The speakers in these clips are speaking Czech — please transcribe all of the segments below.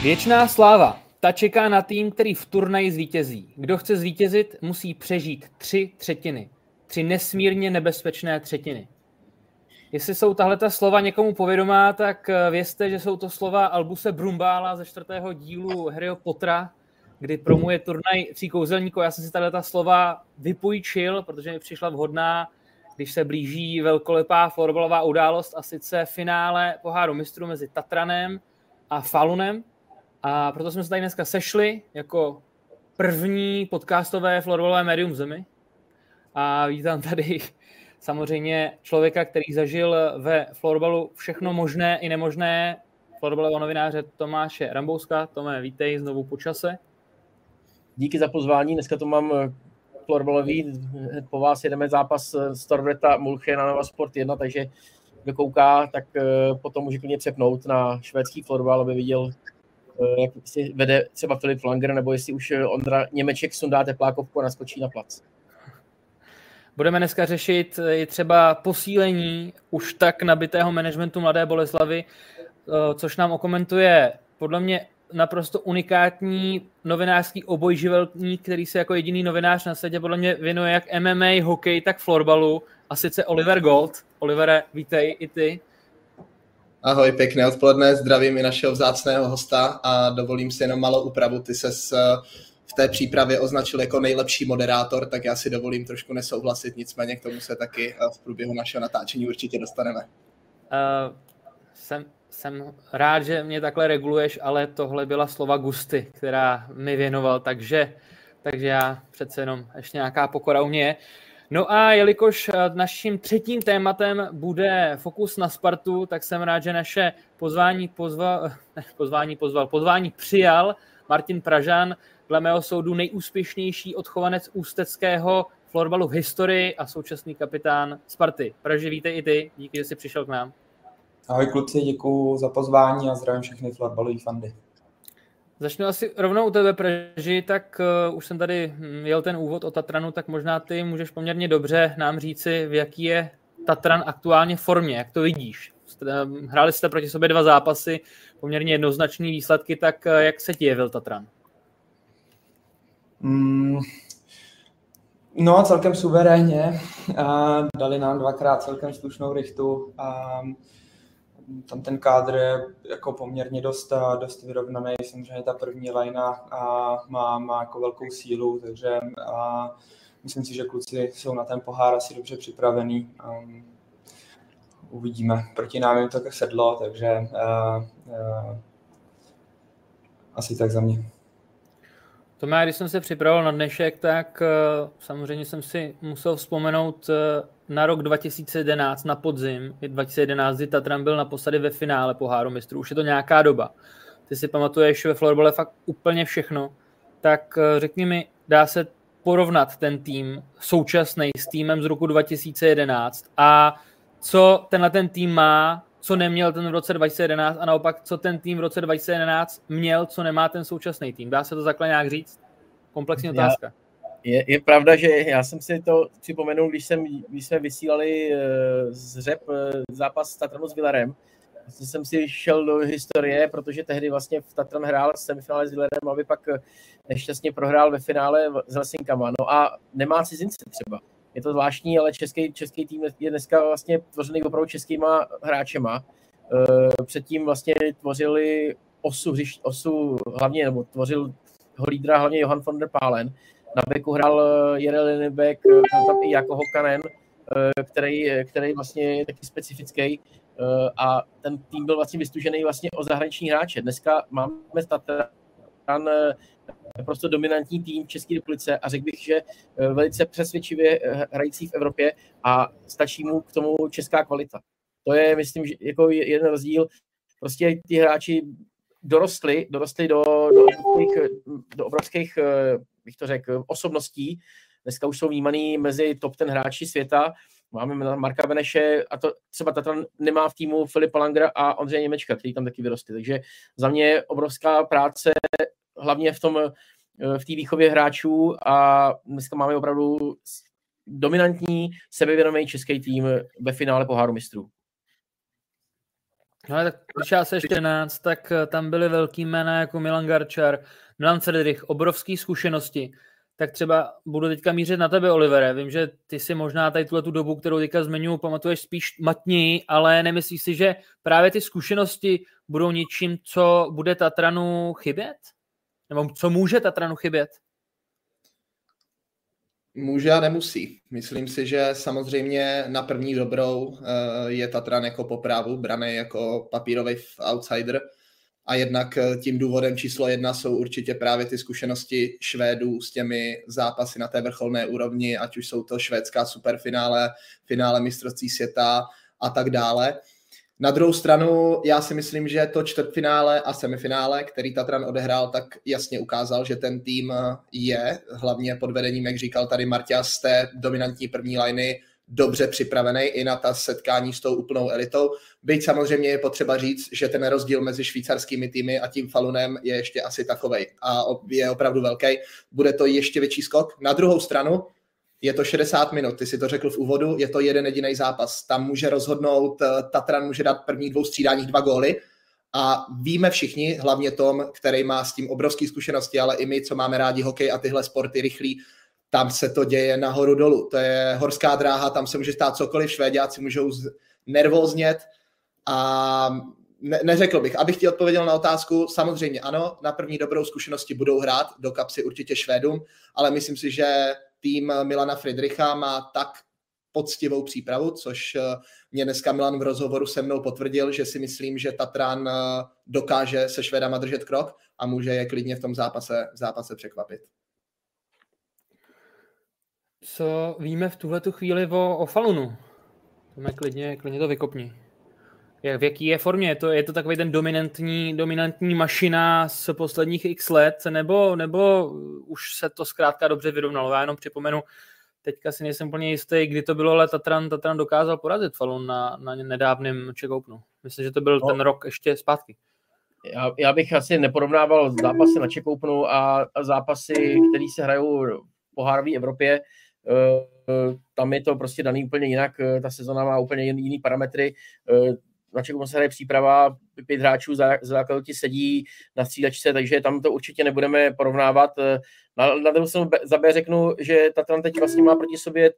Věčná sláva. Ta čeká na tým, který v turnaji zvítězí. Kdo chce zvítězit, musí přežít 3 třetiny. 3 nesmírně nebezpečné třetiny. Jestli jsou tahleta slova někomu povědomá, tak vězte, že jsou to slova Albuse Brumbála ze 4. dílu Harryho Pottera, kdy promuje turnaj 3 kouzelníků. Já jsem si tahleta slova vypůjčil, protože mi přišla vhodná, když se blíží velkolepá florbalová událost, a sice finále poháru mistrů mezi Tatranem a Falunem. A proto jsme se tady dneska sešli jako první podcastové florbalové médium v zemi. A vítám tady samozřejmě člověka, který zažil ve florbalu všechno možné i nemožné, florbalového novináře Tomáše Rambouska. Tome, vítej znovu po čase. Díky za pozvání, dneska to mám florbalový, po vás jedeme zápas Storvreta Mulche na Nova Sport 1, takže kdo kouká, tak potom může klidně přepnout na švédský florbal, aby viděl, jak si vede třeba Filip Langer, nebo jestli už Ondra Němeček sundá teplákovku a naskočí na plac. Budeme dneska řešit i třeba posílení už tak nabitého managementu Mladé Boleslavi, což nám okomentuje podle mě naprosto unikátní novinářský obojživelník, který se jako jediný novinář na světě podle mě věnuje jak MMA, hokej, tak florbalu, a sice Oliver Gold. Olivere, vítej i ty. Ahoj, pěkné odpoledne, zdravím i našeho vzácného hosta a dovolím si jenom malou úpravu. Ty ses v té přípravě označil jako nejlepší moderátor, tak já si dovolím trošku nesouhlasit, nicméně k tomu se taky v průběhu našeho natáčení určitě dostaneme. Jsem rád, že mě takhle reguluješ, ale tohle byla slova Gusty, která mi věnoval, takže já přece jenom ještě nějaká pokora u mě je. No a jelikož naším třetím tématem bude fokus na Spartu, tak jsem rád, že naše pozvání přijal Martin Pražan, dle mého soudu nejúspěšnější odchovanec ústeckého florbalu v historii a současný kapitán Sparty. Praži, vítej i ty, díky, že jsi přišel k nám. Ahoj kluci, děkuju za pozvání a zdravím všechny florbalový fandy. Začnu asi rovnou u tebe, Praži, tak už jsem tady jel ten úvod o Tatranu, tak možná ty můžeš poměrně dobře nám říci, v jaký je Tatran aktuálně formě, jak to vidíš. Hráli jste proti sobě 2 zápasy, poměrně jednoznačný výsledky, tak jak se ti jevil Tatran? No, celkem suverénně. Dali nám 2krát celkem slušnou rychtu. Tam ten kádr je jako poměrně dost vyrovnaný. Samozřejmě ta první lajna má jako velkou sílu, takže myslím si, že kluci jsou na ten pohár asi dobře připravený. Uvidíme. Proti nám jim to sedlo, takže asi tak za mě. Tome, když jsem se připravoval na dnešek, tak samozřejmě jsem si musel vzpomenout na rok 2011, na podzim 2011, kdy Tatran byl naposledy ve finále poháru mistrů. Už je to nějaká doba. Ty si pamatuješ ve florbale fakt úplně všechno. Tak řekni mi, dá se porovnat ten tým současný s týmem z roku 2011 a co ten tým má, co neměl ten v roce 2011 a naopak, co ten tým v roce 2011 měl, co nemá ten současný tým. Dá se to takhle nějak říct? Komplexní otázka. Je pravda, že já jsem si to připomenul, když jsme vysílali z Řep zápas Tatranu s Villarem. Jsem si šel do historie, protože tehdy vlastně v Tatran hrál semifinále s Villarem, aby pak nešťastně prohrál ve finále s Helsinkama. No a nemá cizince třeba. Je to zvláštní, ale český tým je dneska vlastně tvořený opravdu českýma hráčema. Předtím vlastně tvořili osu hlavně, nebo tvořil ho lídra hlavně Johan von der Pahlen. Na beku hrál Jere Linnebeck, tam i Jako Hokanen, který vlastně je taky specifický. A ten tým byl vlastně vystužený vlastně o zahraniční hráče. Dneska máme Tatran prostě dominantní tým v České republice a řekl bych, že velice přesvědčivě hrající v Evropě a stačí mu k tomu česká kvalita. To je, myslím, že jako jeden rozdíl. Prostě ti hráči dorostli do obrovských, bych to řekl, osobností. Dneska už jsou vnímaný mezi top 10 hráči světa. Máme Marka Beneše a to třeba Tatran nemá v týmu Filipa Langera a Ondřeje Němečka, který tam taky vyrostli. Takže za mě je obrovská práce, hlavně v té výchově hráčů a dneska máme opravdu dominantní, sebevědomý český tým ve finále poháru mistrů. No, tak když já se 14, tak tam byly velký jména jako Milan Garčar, Milan Friedrich, obrovský zkušenosti. Tak třeba budu teďka mířit na tebe, Olivere. Vím, že ty si možná tady tu dobu, kterou teďka zmiňuji, pamatuješ spíš matněji, ale nemyslíš si, že právě ty zkušenosti budou něčím, co bude Tatranu chybět? Nebo co může Tatranu chybět? Může a nemusí. Myslím si, že samozřejmě na první dobrou je Tatran jako po právu braný jako papírový outsider a jednak tím důvodem číslo 1 jsou určitě právě ty zkušenosti Švédů s těmi zápasy na té vrcholné úrovni, ať už jsou to švédská superfinále, finále mistrovství světa a tak dále. Na druhou stranu já si myslím, že to čtvrtfinále a semifinále, který Tatran odehrál, tak jasně ukázal, že ten tým je hlavně pod vedením, jak říkal tady Marťas, z té dominantní první liny dobře připravený i na ta setkání s tou úplnou elitou. Byť samozřejmě je potřeba říct, že ten rozdíl mezi švýcarskými týmy a tím Falunem je ještě asi takovej a je opravdu velký. Bude to ještě větší skok. Na druhou stranu je to 60 minut, ty si to řekl v úvodu, je to jeden jediný zápas. Tam může rozhodnout, Tatran může dát první 2 střídáních 2 góly a víme všichni, hlavně Tom, který má s tím obrovský zkušenosti, ale i my, co máme rádi hokej a tyhle sporty rychlý, tam se to děje nahoru dolů. To je horská dráha, tam se může stát cokoliv, Švéďáci můžou nervóznět a neřekl bych. Abych ti odpověděl na otázku, samozřejmě ano, na první dobrou zkušenosti budou hrát, do kapsy určitě Švédům, ale myslím si, že tým Milana Friedricha má tak poctivou přípravu, což mě dneska Milan v rozhovoru se mnou potvrdil, že si myslím, že Tatran dokáže se Švédama držet krok a může je klidně v tom zápase překvapit. Co víme v tuhletu chvíli o Falunu? Klidně to vykopni. V jaký je formě? Je to takový ten dominantní mašina z posledních x let, nebo už se to zkrátka dobře vyrovnalo? Já jenom připomenu, teďka si nejsem plně jistý, kdy to bylo, ale Tatran dokázal porazit Falun na nedávném Czech Openu. Myslím, že to byl ten rok ještě zpátky. Já bych asi neporovnával zápasy na Czech Openu a zápasy, které se hrajou v pohárové Evropě. Tam je to prostě daný úplně jinak, ta sezona má úplně jiný parametry. Na Czech Openu se hraje příprava, 5 hráčů základu ti sedí na střídačce, takže tam to určitě nebudeme porovnávat. Na druhou stranu za B řeknu, že Tatran teď vlastně má proti sobě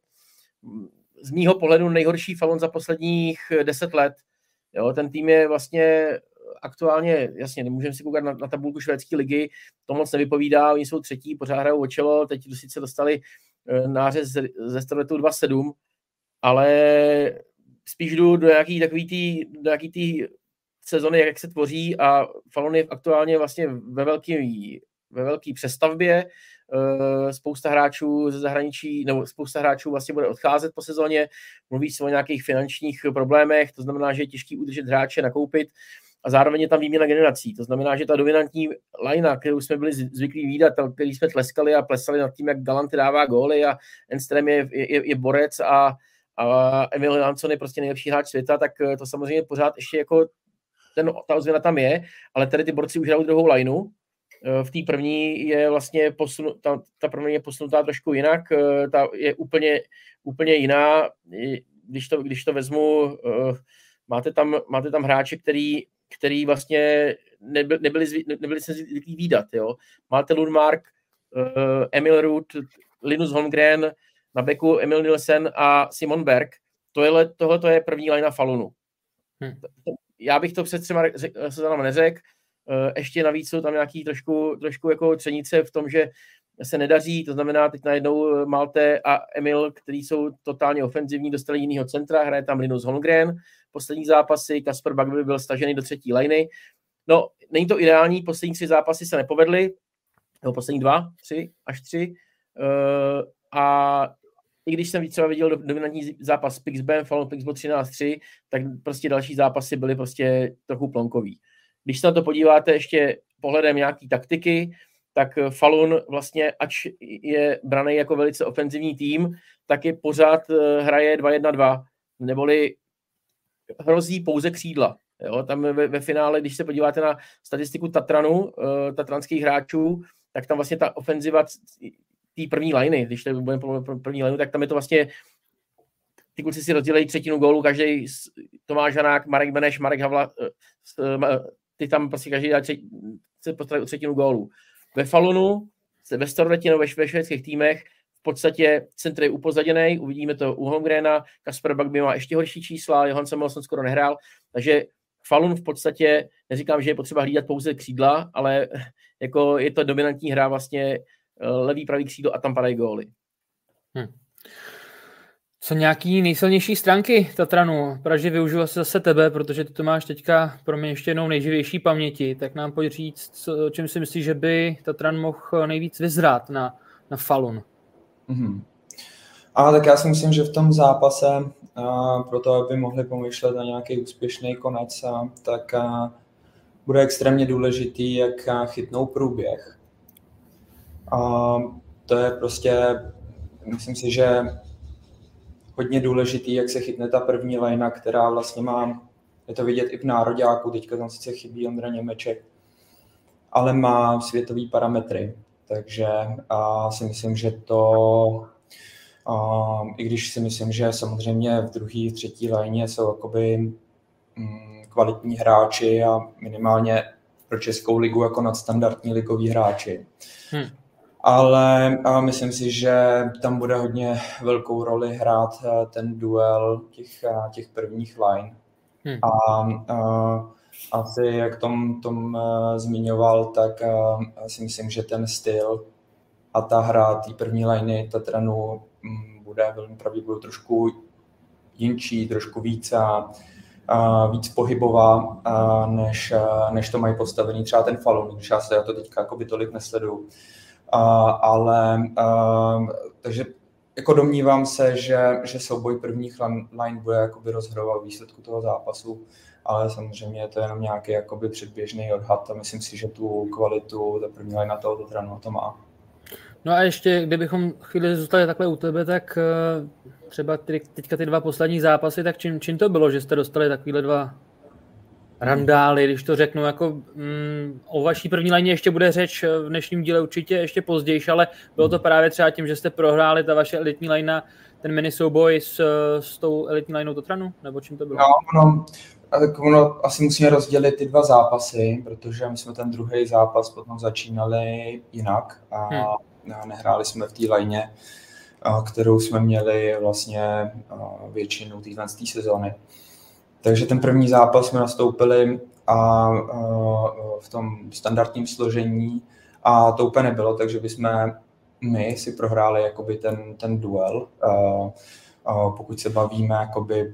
z mýho pohledu nejhorší Falun za posledních 10 let. Jo, ten tým je vlastně aktuálně, jasně, nemůžeme si koukat na tabulku švédské ligy, to moc nevypovídá, oni jsou třetí, pořád hrajou o čelo, teď sice dostali nářez ze Starletu 2-7, ale spíš jdu do nějaký tý sezony, jak se tvoří a Falun je aktuálně vlastně ve velký přestavbě. Spousta hráčů ze zahraničí, nebo spousta hráčů vlastně bude odcházet po sezóně, mluví se o nějakých finančních problémech, to znamená, že je těžký udržet hráče, nakoupit a zároveň je tam výměna generací. To znamená, že ta dominantní linea, kterou jsme byli zvyklí vídat, který jsme tleskali a plesali nad tím, jak Galanty dává góly a Enström je borec a Emil Johansson je prostě nejlepší hráč světa, tak to samozřejmě pořád ještě jako ta ozvěna tam je, ale tady ty borci už hrajou druhou lineu. V té první je vlastně ta první je posunutá trošku jinak, ta je úplně jiná. Když to vezmu, máte tam hráče, který vlastně nebyli se zvyklí vídat. Jo. Máte Lundmark, Emil Ruud, Linus Holmgren, na beku Emil Nielsen a Simon Berg. Tohle je první line na Falunu. Já bych to před 3 sezónami neřekl. Ještě navíc jsou tam nějaký trošku jako třenice v tom, že se nedaří, to znamená teď najednou Malte a Emil, kteří jsou totálně ofenzivní, dostali jinýho centra, hraje tam Linus Holmgren, poslední zápasy, Kasper Bagby byl stažený do 3. liny. No, není to ideální, poslední 3 zápasy se nepovedly, nebo poslední 2, 3 až 3, a i když jsem třeba viděl dominantní zápas s Pixbem, Falun Pixbo 13-3, tak prostě další zápasy byly prostě trochu plonkový. Když se na to podíváte ještě pohledem nějaký taktiky, tak Falun vlastně, ač je braný jako velice ofenzivní tým, tak je pořád hraje 2-1-2, neboli hrozí pouze křídla. Jo? Tam ve finále, když se podíváte na statistiku Tatranu, tatranských hráčů, tak tam vlastně ta ofenziva té první liny, když to budeme první linu, tak tam je to vlastně ty kluci si rozdělejí třetinu gólu, každý Tomáš Hanák, Marek Beneš, Marek Havla, ty tam prostě každý dá se postarají o třetinu gólu. Ve Falunu, ve Storletinu, ve švédských týmech, v podstatě centr je upozaděný, uvidíme to u Holmgrena, Kasper Bagby má ještě horší čísla, Johan Samuelsson skoro nehrál, takže Falun v podstatě, neříkám, že je potřeba hlídat pouze křídla, ale jako je to dominantní hra vlastně levý, pravý křídlo a tam padají góly. Co nějaký nejsilnější stránky Tatranu? Praži, využiju asi zase tebe, protože ty to máš teďka pro mě ještě jednou nejživější paměti, tak nám pojď říct, o čem si myslíš, že by Tatran mohl nejvíc vyzrát na Falun. Tak já si myslím, že v tom zápase, pro to, aby mohli pomýšlet na nějaký úspěšný konec, tak bude extrémně důležitý, jak chytnou průběh. To je prostě, myslím si, že hodně důležitý, jak se chytne ta první lajna, která vlastně má, je to vidět i v nároďáku, teďka tam sice chybí Ondra Němeček, ale má světový parametry. Takže si myslím, že to, i když si myslím, že samozřejmě v druhé, třetí lajně jsou jakoby kvalitní hráči a minimálně pro Českou ligu jako nadstandardní ligoví hráči. Ale myslím si, že tam bude hodně velkou roli hrát ten duel těch prvních line. Asi, jak Tom zmiňoval, tak si myslím, že ten styl a ta hra té první liney Tatranu bude velmi pravděpodobně trošku jinčí, trošku víc pohybová, než to mají postavený třeba ten Falun, když já to teďka tolik nesleduju. Takže jako domnívám se, že souboj prvních line bude jakoby rozhodovat výsledku toho zápasu, ale samozřejmě to je jenom nějaký jakoby předběžný odhad a myslím si, že tu kvalitu ta první line toho Tatranu to má. No a ještě, kdybychom chvíli zůstali takhle u tebe, tak třeba teďka ty dva poslední zápasy, tak čím to bylo, že jste dostali takovýhle dva randály, když to řeknu, jako o vaší první lajně ještě bude řeč v dnešním díle určitě ještě později, ale bylo to právě třeba tím, že jste prohráli ta vaše elitní lajna, ten mini souboj s tou elitní lajnou Tatranu, nebo čím to bylo? Ono asi musíme rozdělit ty dva zápasy, protože my jsme ten druhý zápas potom začínali jinak a nehráli jsme v té lajně, kterou jsme měli vlastně většinu té sezóny. Takže ten první zápas jsme nastoupili a v tom standardním složení a to úplně nebylo, takže bychom my si prohráli jakoby ten duel. Pokud se bavíme jakoby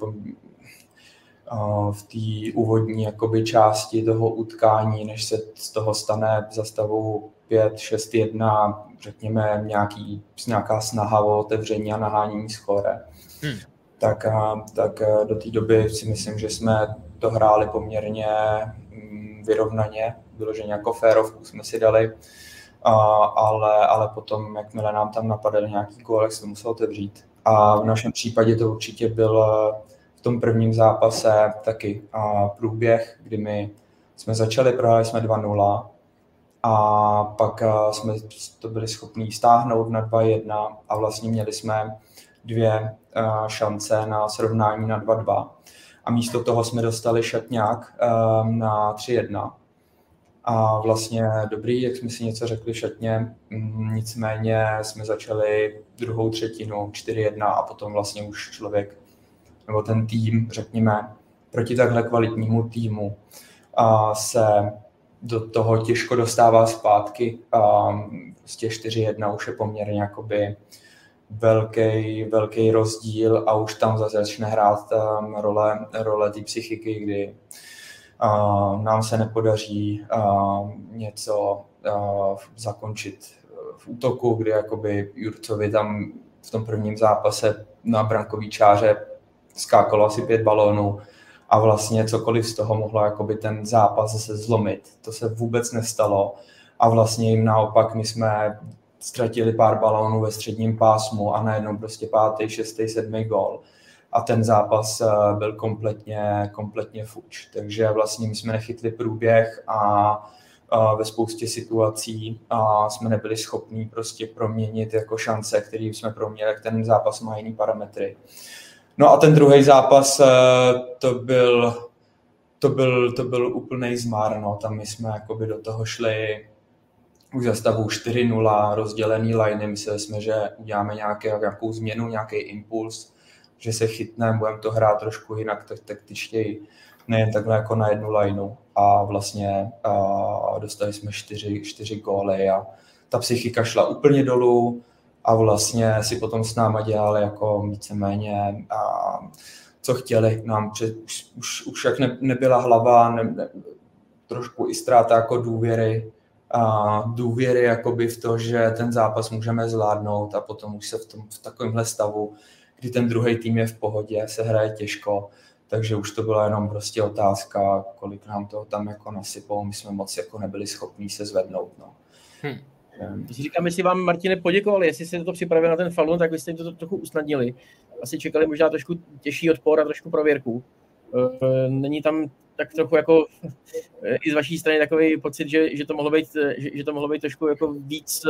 v té úvodní jakoby části toho utkání, než se z toho stane za stavu 5-6-1, řekněme nějaká snaha o otevření a nahánění skóre. Tak do té doby si myslím, že jsme to hráli poměrně vyrovnaně, vyloženě jako férovku jsme si dali, ale potom, jakmile nám tam napadl nějaký gól, jak se to muselo otevřít. A v našem případě to určitě byl v tom prvním zápase taky průběh, kdy my jsme začali, prohráli jsme 2-0 a pak jsme to byli schopni stáhnout na 2-1 a vlastně měli jsme 2 šance na srovnání na 2-2 a místo toho jsme dostali šatňák na 3-1 a vlastně dobrý, jak jsme si něco řekli šatně, nicméně jsme začali druhou třetinu 4-1 a potom vlastně už člověk nebo ten tým, řekněme, proti takhle kvalitnímu týmu se do toho těžko dostává zpátky a prostě 4-1 už je poměrně jakoby velký rozdíl a už tam zase začne hrát role té psychiky, kdy nám se nepodaří něco zakončit v útoku, kdy jakoby Jurcovi tam v tom prvním zápase na brankový čáře skákalo asi 5 balónů a vlastně cokoliv z toho mohlo jakoby ten zápas zase zlomit. To se vůbec nestalo a vlastně jim naopak my jsme ztratili pár balónů ve středním pásmu a najednou prostě 5., 6., 7. gól. A ten zápas byl kompletně fuč. Takže vlastně my jsme nechytli průběh a ve spoustě situací jsme nebyli schopní prostě proměnit jako šance, které jsme proměnili, jak ten zápas má jiný parametry. No a ten druhý zápas, to byl úplnej zmar, no. Tam my jsme jakoby do toho šli už za stavu 4-0, rozdělený liney, mysleli jsme, že uděláme nějakou změnu, nějaký impuls, že se chytneme, budeme to hrát trošku jinak, taktičtěji, nejen takhle jako na jednu lineu. A vlastně dostali jsme 4 góly a ta psychika šla úplně dolů a vlastně si potom s náma dělali jako víceméně co chtěli. Nám už jak nebyla hlava, trošku i ztráta jako důvěry jakoby v to, že ten zápas můžeme zvládnout a potom už se v takovémhle stavu, kdy ten druhý tým je v pohodě, se hraje těžko, takže už to byla jenom prostě otázka, kolik nám toho tam jako nasypou, my jsme moc jako nebyli schopní se zvednout. No. Když říkám, jestli vám, Martine, poděkovali, jestli jste to připravili na ten Falun, tak byste jim to trochu usnadnili. Asi čekali možná trošku těžší odpor a trošku prověrku. Není tam tak trochu jako i z vaší strany takový pocit, že to mohlo být trošku jako víc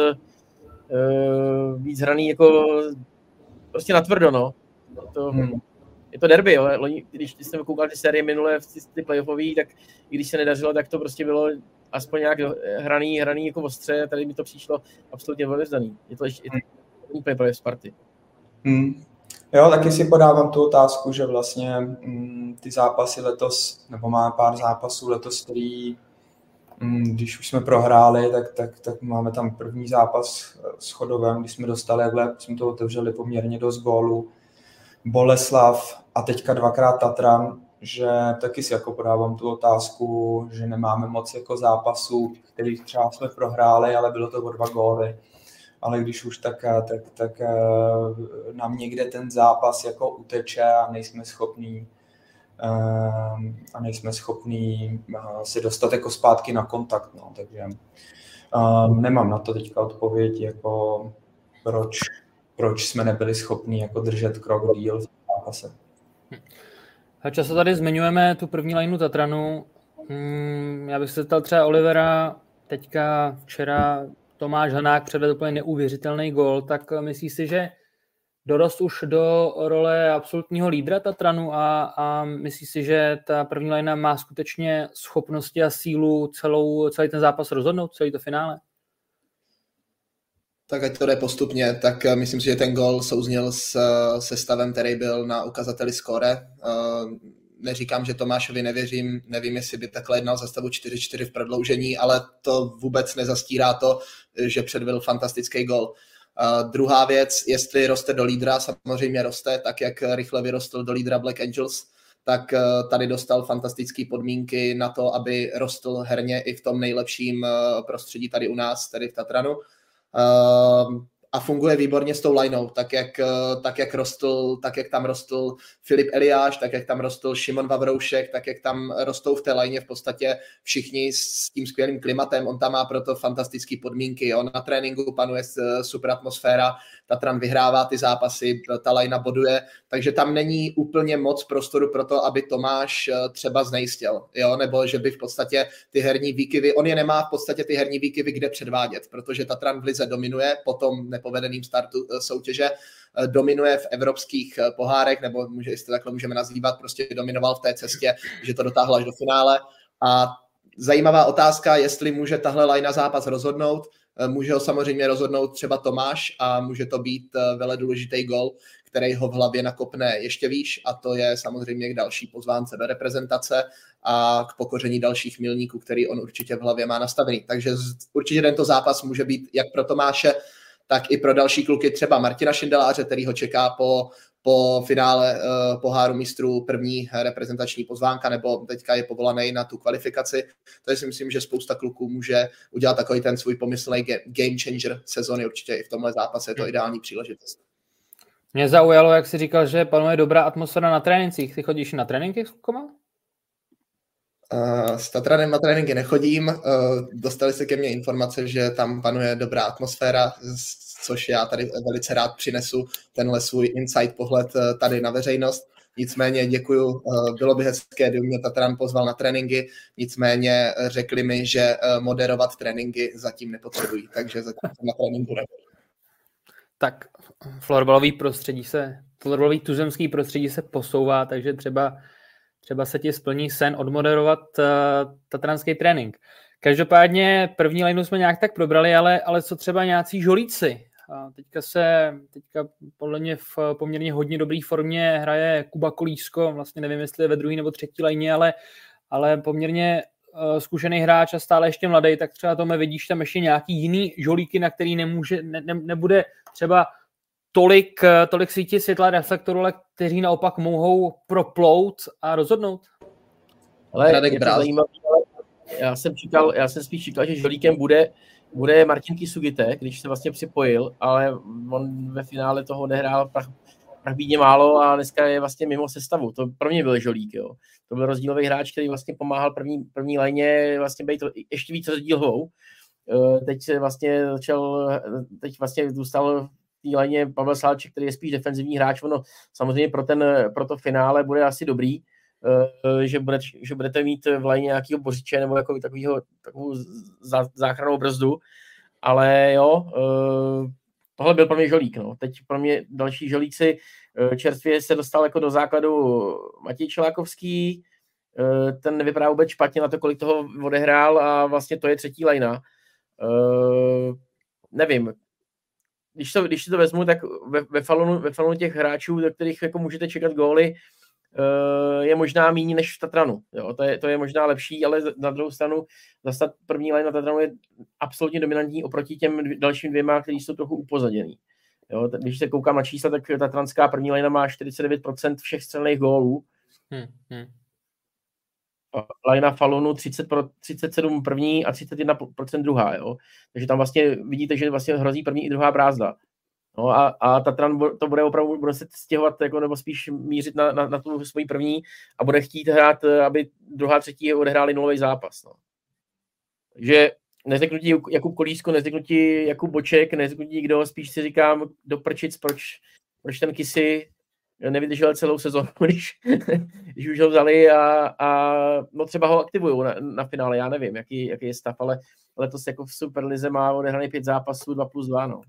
hraný jako prostě natvrdo, no. Je to derby, jo. Když jsem koukal ty série minulé ty playoffový, tak i když se nedařilo, tak to prostě bylo aspoň nějak hraný jako ostře, tady mi to přišlo absolutně odevzdaný. Je to ještě úplně projev Sparty. Jo, taky si podávám tu otázku, že vlastně ty zápasy letos, nebo máme pár zápasů letos, který, když už jsme prohráli, tak máme tam první zápas s Chodovem, když jsme dostali, jakhle jsme to otevřeli poměrně dost gólů, Boleslav a teďka 2krát Tatran, že taky si jako podávám tu otázku, že nemáme moc jako zápasů, kterých třeba jsme prohráli, ale bylo to o 2 góly. Ale když už tak nám někde ten zápas jako uteče a nejsme schopní se dostat jako zpátky na kontakt. No. Takže nemám na to teďka odpověď, jako proč jsme nebyli schopni jako držet krok díl v zápase. Často tady zmiňujeme tu první lineu Tatranu. Já bych se zeptal třeba Olivera, teďka včera Tomáš Hanák předvedl úplně neuvěřitelný gól, tak myslíš si, že dorost už do role absolutního lídra Tatranu a myslíš si, že ta první linea má skutečně schopnosti a sílu celý ten zápas rozhodnout, celý to finále? Tak ať to jde postupně, tak myslím si, že ten gól souzněl se stavem, který byl na ukazateli skóre. Neříkám, že Tomášovi nevěřím, nevím, jestli by takhle jednal za stavu 4-4 v prodloužení, ale to vůbec nezastírá to, že předvedl fantastický gól. Druhá věc, jestli roste do lídra, samozřejmě roste, tak jak rychle vyrostl do lídra Black Angels, tak tady dostal fantastické podmínky na to, aby rostl herně i v tom nejlepším prostředí tady u nás, tedy v Tatranu. A funguje výborně s tou lineou, tak jak tam rostl Filip Eliáš, tak jak tam rostl Šimon Vavroušek, tak jak tam rostou v té lině v podstatě všichni s tím skvělým klimatem, on tam má proto fantastické podmínky, jo. Na tréninku panuje super atmosféra, Tatran vyhrává ty zápasy, ta linea boduje, takže tam není úplně moc prostoru pro to, aby Tomáš třeba znejistil, jo, nebo že by v podstatě ty herní výkyvy, on je nemá v podstatě ty herní výkyvy kde předvádět, protože Tatran v lize dominuje, potom nepovedeným startu soutěže, dominuje v evropských pohárech, nebo jestli takhle můžeme nazývat, prostě dominoval v té cestě, že to dotáhl až do finále. A zajímavá otázka, jestli může tahle linea zápas rozhodnout. Může ho samozřejmě rozhodnout třeba Tomáš a může to být veledůležitý gol, který ho v hlavě nakopne ještě výš, a to je samozřejmě k další pozvánce do reprezentace a k pokoření dalších milníků, který on určitě v hlavě má nastavený. Takže určitě tento zápas může být jak pro Tomáše, tak i pro další kluky, třeba Martina Šindeláře, který ho čeká po finále poháru mistrů první reprezentační pozvánka, nebo teďka je povolaný na tu kvalifikaci. Takže si myslím, že spousta kluků může udělat takový ten svůj pomyslný game changer sezony. Určitě i v tomhle zápase je to ideální příležitost. Mě zaujalo, jak jsi říkal, že panuje dobrá atmosféra na trénincích. Ty chodíš na tréninky s klukama? S Tatranem na tréninky nechodím. Dostali se ke mně informace, že tam panuje dobrá atmosféra, což já tady velice rád přinesu tenhle svůj insight pohled tady na veřejnost. Nicméně děkuju, bylo by hezké, kdyby mě Tatran pozval na tréninky, nicméně řekli mi, že moderovat tréninky zatím nepotřebují, takže zatím na tréninku nebudu. Tak florbalový prostředí se florbalový tuzemský prostředí se posouvá, takže třeba se ti splní sen odmoderovat tatranský trénink. Každopádně první lineu jsme nějak tak probrali, ale co třeba nějací žolíci? Teďka podle mě v poměrně hodně dobré formě hraje Kuba Kolísko, vlastně nevím, jestli je ve druhé nebo třetí lajně, ale poměrně zkušený hráč a stále ještě mladý, tak třeba Tome, vidíš tam ještě nějaký jiný žolíky, na který nebude třeba tolik svítit světla reflektoru, ale kteří naopak mohou proplout a rozhodnout? Ale je to zajímavé, já jsem spíš čekal, že žolíkem bude Martin Kisugite, když se vlastně připojil, ale on ve finále toho nehrál prachbídně málo a dneska je vlastně mimo sestavu. To pro mě byl žolík, jo. To byl rozdílový hráč, který vlastně pomáhal první lajně vlastně být ještě víc rozdílovou. Teď vlastně zůstal v té lajně Pavel Sládček, který je spíš defenzivní hráč. Ono samozřejmě pro to finále bude asi dobrý, že budete mít v lajně nějakého Bořiče nebo jako takovou záchrannou brzdu, ale jo, tohle byl pro mě žolík. No. Teď pro mě další žolíci, čerstvě se dostal jako do základu Matěj Čelákovský, ten nevypadá vůbec špatně na to, kolik toho odehrál a vlastně to je třetí lajna. Nevím, když si to vezmu, tak ve Falunu těch hráčů, do kterých jako můžete čekat góly, je možná méně než v Tatranu. Jo? To je možná lepší, ale na druhou stranu zase první line na Tatranu je absolutně dominantní oproti těm dalším dvěma, kteří jsou trochu upozaděný. Jo? Když se koukám na čísla, tak tatranská první line má 49% všech střelných gólů. Line Falunu 37 první a 31% druhá. Jo? Takže tam vlastně vidíte, že vlastně hrozí první i druhá brázda. No a Tatran to bude se stěhovat jako, nebo spíš mířit na tu svoji první a bude chtít hrát, aby druhá, třetí odehráli nulový zápas. No. Takže neřeknu ti Jakub Kolísko, neřeknu ti Jakub Boček, neřeknu ti nikdo, spíš si říkám do prčic, proč ten Kisi nevydržel celou sezonu, když už ho vzali a no třeba ho aktivujou na finále, já nevím, jaký je stav, ale letos jako v Superlize má odehraný 5 zápasů 2+2, no.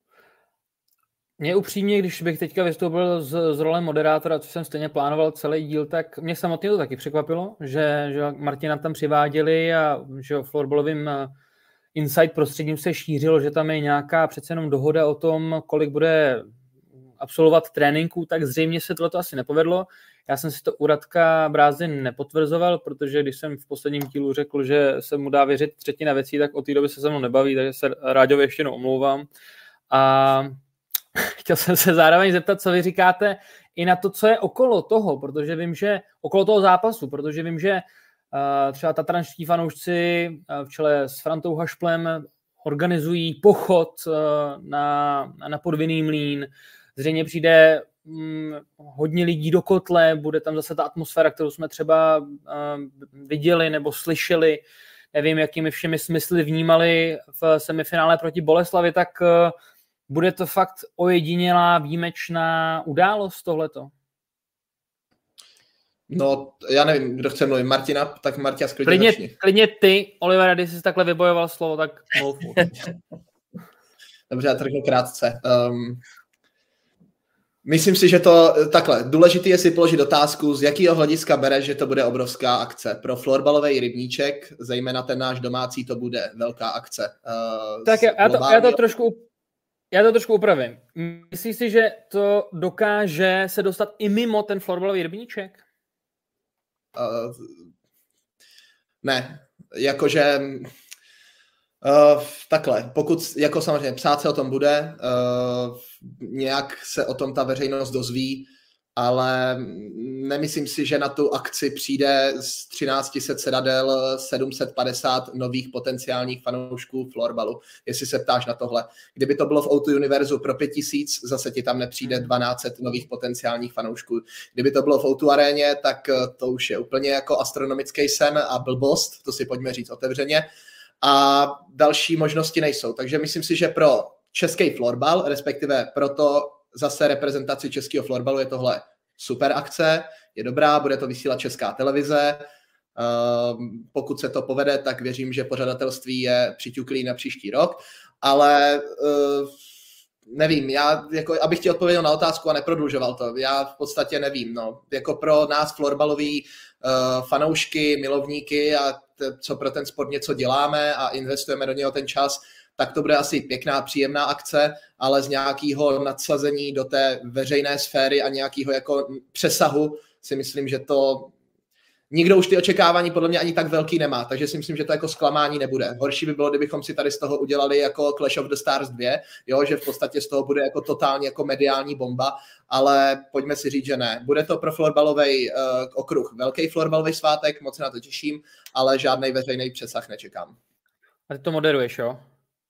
Mě upřímně, když bych teďka vystoupil z role moderátora, co jsem stejně plánoval celý díl, tak mě samotně to taky překvapilo, že Martina tam přiváděli a že florbalovým Insight prostředím se šířilo, že tam je nějaká přece jenom dohoda o tom, kolik bude absolvovat tréninku, tak zřejmě se tohleto asi nepovedlo. Já jsem si to u Radka Brázdy nepotvrzoval, protože když jsem v posledním dílu řekl, že se mu dá věřit třetina věcí, tak od té doby se se mnou nebaví, takže se Ráďově ještě jednou omlouvám. A chtěl jsem se zároveň zeptat, co vy říkáte i na to, co je okolo toho, protože vím, že okolo toho zápasu, protože vím, že třeba tatranští fanoušci v čele s Frantou Hašplem organizují pochod na Podvinný mlýn. Zřejmě přijde hodně lidí do kotle, bude tam zase ta atmosféra, kterou jsme třeba viděli nebo slyšeli. Nevím, jakými všemi smysly vnímali v semifinále proti Boleslavi, tak bude to fakt ojedinělá výjimečná událost tohleto? No, já nevím, kdo chce mluvit. Martina, tak Martina sklidně začni. Klidně ty, Olivera, když jsi takhle vybojoval slovo, tak mluv. Dobře, já to řeknu krátce. Myslím si, že to takhle. Důležité je si položit otázku, z jakého hlediska bere, že to bude obrovská akce. Pro florbalový rybníček, zejména ten náš domácí, to bude velká akce. Tak já to trošku upravím. Myslíš si, že to dokáže se dostat i mimo ten florbalový rybníček? Ne. Jakože takhle. Pokud, jako samozřejmě psát se o tom bude, nějak se o tom ta veřejnost dozví, ale nemyslím si, že na tu akci přijde z 1300 sedadel 750 nových potenciálních fanoušků florbalu, jestli se ptáš na tohle. Kdyby to bylo v O2 Univerzu pro 5000, zase ti tam nepřijde 1200 nových potenciálních fanoušků. Kdyby to bylo v O2 aréně, tak to už je úplně jako astronomický sen a blbost, to si pojďme říct otevřeně. A další možnosti nejsou. Takže myslím si, že pro český florbal, respektive pro to zase reprezentaci českého florbalu je tohle super akce, je dobrá, bude to vysílat Česká televize. Pokud se to povede, tak věřím, že pořadatelství je přiťuklý na příští rok, ale nevím, já jako, abych ti odpověděl na otázku a neprodlužoval to, já v podstatě nevím, no. Jako pro nás florbalový fanoušky, milovníky a co pro ten sport něco děláme a investujeme do něho ten čas, tak to bude asi pěkná, příjemná akce, ale z nějakého nadsazení do té veřejné sféry a nějakého jako přesahu si myslím, že to nikdo už ty očekávání podle mě ani tak velký nemá, takže si myslím, že to jako zklamání nebude. Horší by bylo, kdybychom si tady z toho udělali jako Clash of the Stars 2, jo, že v podstatě z toho bude jako totálně jako mediální bomba, ale pojďme si říct, že ne. Bude to pro florbalový okruh velký florbalový svátek, moc se na to těším, ale žádný veřejný přesah nečekám. A ty to moderuješ, jo?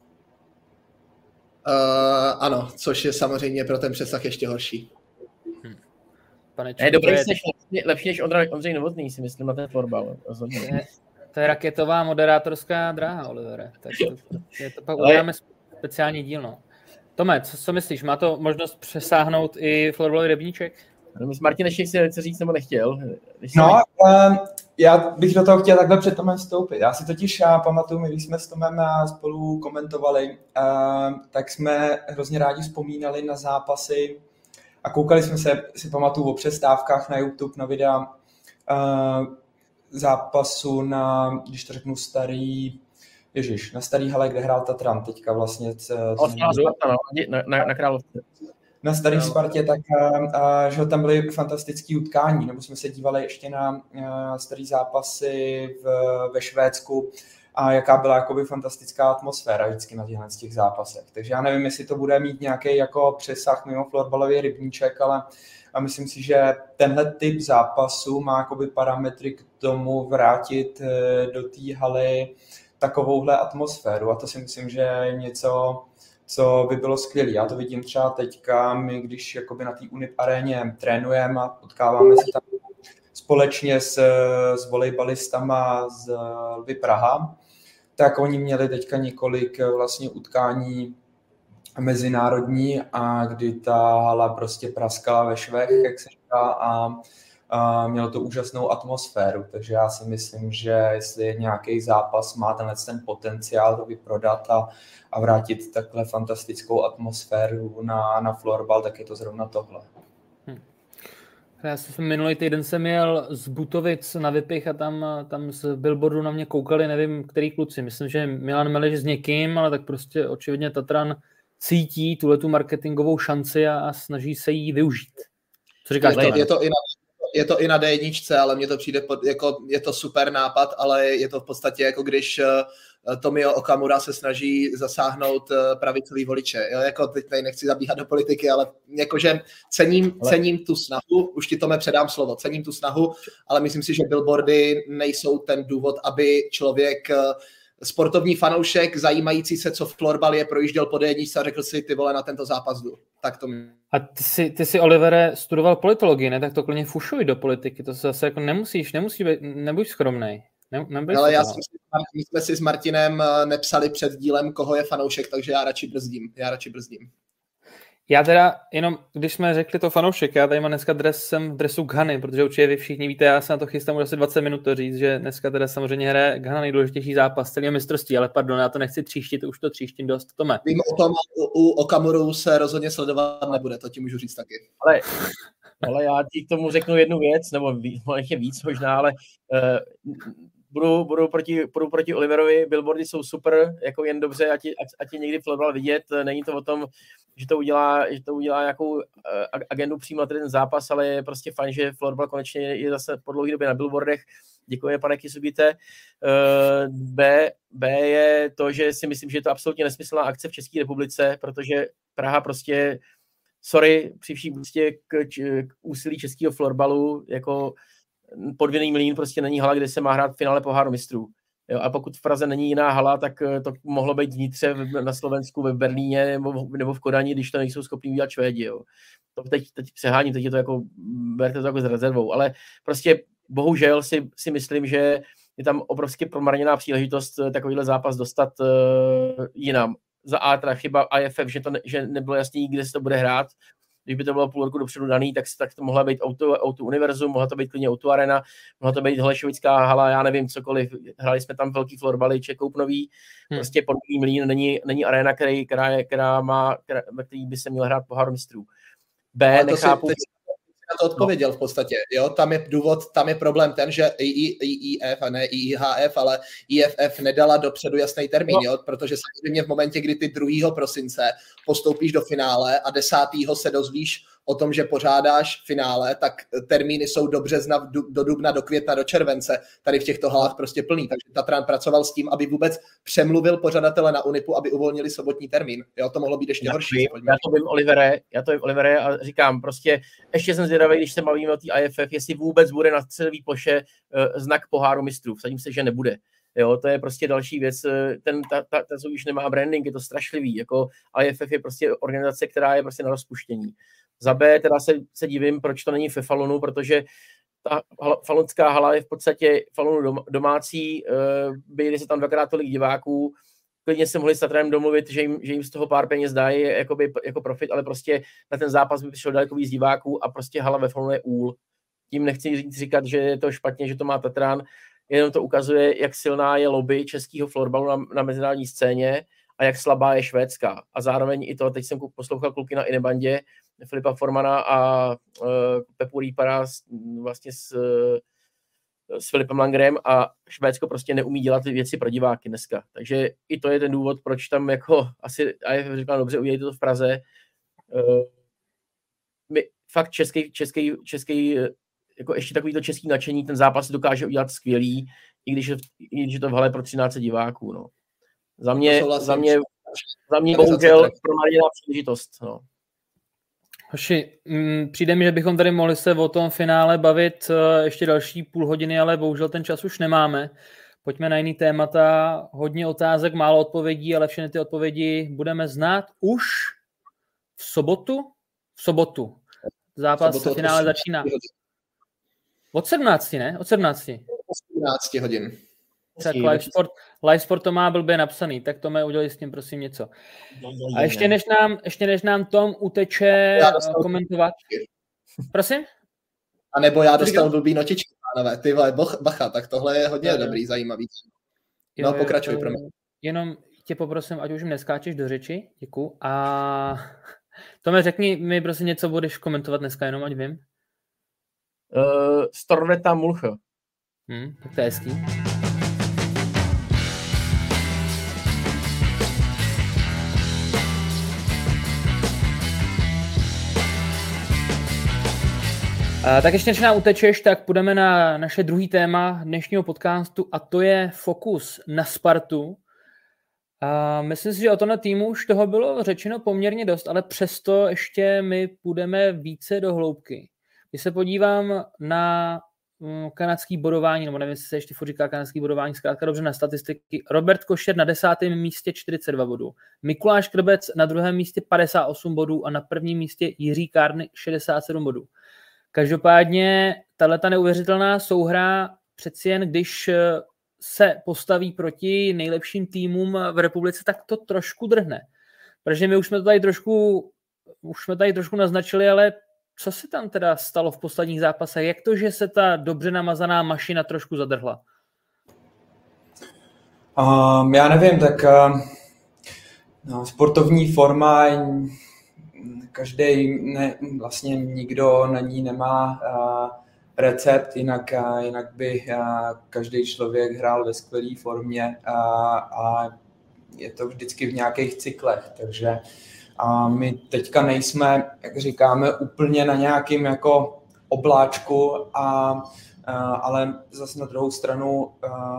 Ano, což je samozřejmě pro ten přesah ještě horší. Ne, dobrý, jsi lepší než Ondřej Novotný, si myslím, na ten florbal. To je raketová moderátorská dráha, Olivere. Tak to pak uděláme speciální díl. No. Tome, co myslíš? Má to možnost přesáhnout i florbalový rybníček? Martin, ještě chci něco říct, nebo nechtěl? Já bych do toho chtěl takhle před Tomem vstoupit. Já si totiž pamatuju, když jsme s Tomem spolu komentovali, tak jsme hrozně rádi vzpomínali na zápasy a koukali jsme se, si pamatuju, o přestávkách na YouTube, na videa zápasu na, když to řeknu, na starý hale, kde hrál Tatran teďka vlastně. Na Královce. Na starý Spartě, tak že tam byly fantastické utkání, nebo jsme se dívali ještě na starý zápasy ve Švédsku a jaká byla jakoby fantastická atmosféra vždycky na těch zápasech. Takže já nevím, jestli to bude mít nějaký jako přesah mimo florbalový rybníček, ale a myslím si, že tenhle typ zápasu má jakoby parametry k tomu vrátit do té haly takovouhle atmosféru a to si myslím, že je něco, co by bylo skvělé. Já to vidím třeba teďka, my když jakoby na té Unip aréně trénujeme a potkáváme se tam společně s volejbalistama z Lvy Praha, tak oni měli teďka několik vlastně utkání mezinárodní a kdy ta hala prostě praskala ve švech, jak se říká, a mělo to úžasnou atmosféru, takže já si myslím, že jestli nějaký zápas má ten potenciál to vyprodat a vrátit takhle fantastickou atmosféru na florbal, tak je to zrovna tohle. Já jsem minulý týden jsem jel z Butovic na Vypich a tam z billboardu na mě koukali, nevím, který kluci. Myslím, že Milan Meliš s někým, ale tak prostě očividně Tatran cítí tuhletu marketingovou šanci a snaží se jí využít. Co říkáš? Je to i na D1, ale mně to přijde, jako je to super nápad, ale je to v podstatě jako když Tomio Okamura se snaží zasáhnout pravicový voliče. Jo, jako teď tady nechci zabíhat do politiky, ale jakože cením tu snahu, už ti Tome předám slovo, cením tu snahu, ale myslím si, že billboardy nejsou ten důvod, aby člověk, sportovní fanoušek, zajímající se, co florbal je, projížděl po D1 a řekl si, ty vole, na tento zápas jdu. Tak to mi... A ty jsi, Olivere, studoval politologii, ne? Tak to klidně fušuj do politiky, to se zase jako nemusíš být, nebuď skromnej. Ale my jsme si s Martinem nepsali před dílem, koho je fanoušek, takže já radši brzdím. Já teda, jenom když jsme řekli to fanoušek, já tady mám dneska jsem v dresu Ghany, protože určitě vy všichni víte, já se na to chystám už asi 20 minut to říct, že dneska teda samozřejmě hraje Ghana nejdůležitější zápas celého mistrovství, ale pardon, já to nechci tříštit, už to tříštím dost. Tome. Vím o tom, u Okamuru se rozhodně sledovat nebude, to ti můžu říct taky. Ale já ti k tomu řeknu jednu věc, nebo víc možná, ale budu proti Oliverovi, billboardy jsou super, jako jen dobře, ať je někdy florbal vidět, není to o tom, že to udělá nějakou agendu přímo na ten zápas, ale je prostě fajn, že florbal konečně je zase po dlouhé době na billboardech. Děkujeme, pane Kisubite. B je to, že si myslím, že je to absolutně nesmyslná akce v České republice, protože Praha prostě, sorry, při vší úctě k úsilí českého florbalu, jako Podvěný Mlýn prostě není hala, kde se má hrát finále poháru mistrů. Jo, a pokud v Praze není jiná hala, tak to mohlo být vnitře na Slovensku, ve Berlíně nebo v Kodani, když to nejsou schopní udělat Švédi. Jo. To teď přeháním, teď je to jako, berte to jako s rezervou, ale prostě bohužel si myslím, že je tam obrovsky promarněná příležitost takovýhle zápas dostat jinam. Za A teda chyba IFF, že nebylo jasný, kde se to bude hrát. když by to bylo půl roku dopředu daný, tak to mohla být O2 Univerzum, mohla to být klidně O2 Arena, mohla to být Holešovická hala, já nevím, cokoliv. Hráli jsme tam velký florbaly, Čekout Nový, prostě Podlý Mlýn není arena, ve který by se měl hrát pohár mistrů. Nechápu. Na to odpověděl v podstatě, jo, tam je problém ten, že IIF a ne IIHF, ale IFF nedala dopředu jasný termín, jo, protože samozřejmě v momentě, kdy ty 2. prosince postoupíš do finále a 10. se dozvíš o tom, že pořádáš finále, tak termíny jsou do března, do dubna, do května, do července, tady v těchto halách prostě plný, takže Tatran pracoval s tím, aby vůbec přemluvil pořadatele na Unipu, aby uvolnili sobotní termín, jo, to mohlo být ještě horší. Já to vím, Olivere, a říkám, prostě ještě jsem zvědavý, když se bavíme o té IFF, jestli vůbec bude na celé ploše znak poháru mistrů, vsadím se, že nebude. Jo, to je prostě další věc, ta už nemá branding, je to strašlivý, jako IFF je prostě organizace, která je prostě na rozpuštění. Za B teda se divím, proč to není ve Falunu, protože ta falunská hala je v podstatě Falunu domácí, byli se tam 2x tolik diváků, klidně se mohli s Tatranem domluvit, že jim z toho pár peněz dají jako profit, ale prostě na ten zápas by přišlo daleko víc diváků a prostě hala ve Falunu je úl. Tím nechci říkat, že je to špatně, že to má Tatran, jenom to ukazuje, jak silná je lobby českého florbalu na mezinárodní scéně a jak slabá je švédská. A zároveň i to, teď jsem poslouchal kluky na Inebandě, Filipa Formana a Pepu Rýpara vlastně s Filipem Langrem a Švédsko prostě neumí dělat věci pro diváky dneska. Takže i to je ten důvod, proč tam jako asi IFF říkal, dobře, udělejte to v Praze. Fakt český jako ještě takovýto český nadšení, ten zápas dokáže udělat skvělý, i když je to v hale pro 13 diváků. No. Za mě bohužel promarněná příležitost. No. Hoši, přijde mi, že bychom tady mohli se o tom finále bavit ještě další půl hodiny, ale bohužel ten čas už nemáme. Pojďme na jiný témata. Hodně otázek, málo odpovědí, ale všechny ty odpovědi budeme znát už v sobotu. Zápas v finále začíná. Od 17, ne? Od 17. Od 17 hodin. Tak Live Sport to má blbě napsaný, tak to udělej s tím prosím něco. A ještě než nám Tom uteče komentovat. Prosím? A nebo já dostal blbý notičky, pánové. Ty vole, bacha, tak tohle je hodně dobrý, zajímavý. No, pokračuj, pro mě. Jenom tě poprosím, ať už mi neskáčeš do řeči, děkuju. A Tome, řekni mi prosím něco, budeš komentovat dneska, jenom ať vím. Storveta Mulch. Tak to je hezký. Tak ještě než nám utečeš, tak půjdeme na naše druhý téma dnešního podcastu a to je fokus na Spartu. Myslím si, že o tomhle týmu už toho bylo řečeno poměrně dost, ale přesto ještě my půjdeme více do hloubky. Když se podívám na kanadský bodování, nebo nevím, jestli se ještě říká kanadský bodování, zkrátka dobře na statistiky. Robert Košer na 10. místě 42 bodů. Mikuláš Krbec na 2. místě 58 bodů a na 1. místě Jiří Kárny 67 bodů. Každopádně tato neuvěřitelná souhra přeci jen, když se postaví proti nejlepším týmům v republice, tak to trošku drhne. Protože my už jsme tady trošku naznačili, ale co se tam teda stalo v posledních zápasech? Jak to, že se ta dobře namazaná mašina trošku zadrhla? Já nevím, tak sportovní forma, vlastně nikdo na ní nemá recept, jinak by každý člověk hrál ve skvělé formě a je to vždycky v nějakých cyklech, takže my teďka nejsme, jak říkáme, úplně na nějakým jako obláčku, ale zase na druhou stranu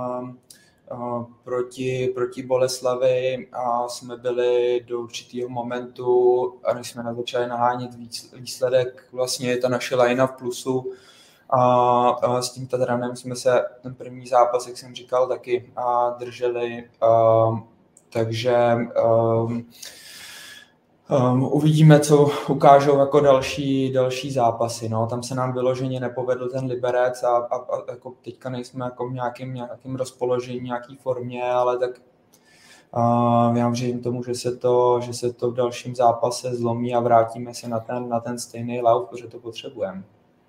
proti Boleslavi jsme byli do určitého momentu, a když jsme začali nahánět výsledek, vlastně je ta naše line v plusu a s tím Tatranem jsme se ten první zápas, jak jsem říkal, taky drželi, takže uvidíme, co ukážou jako další zápasy. No. Tam se nám vyloženě nepovedl ten Liberec a jako teďka nejsme jako v nějakým rozpoložení, nějaký formě, ale tak Já věřím tomu, že se to v dalším zápase zlomí a vrátíme se na ten stejný lauf, protože to potřebujeme.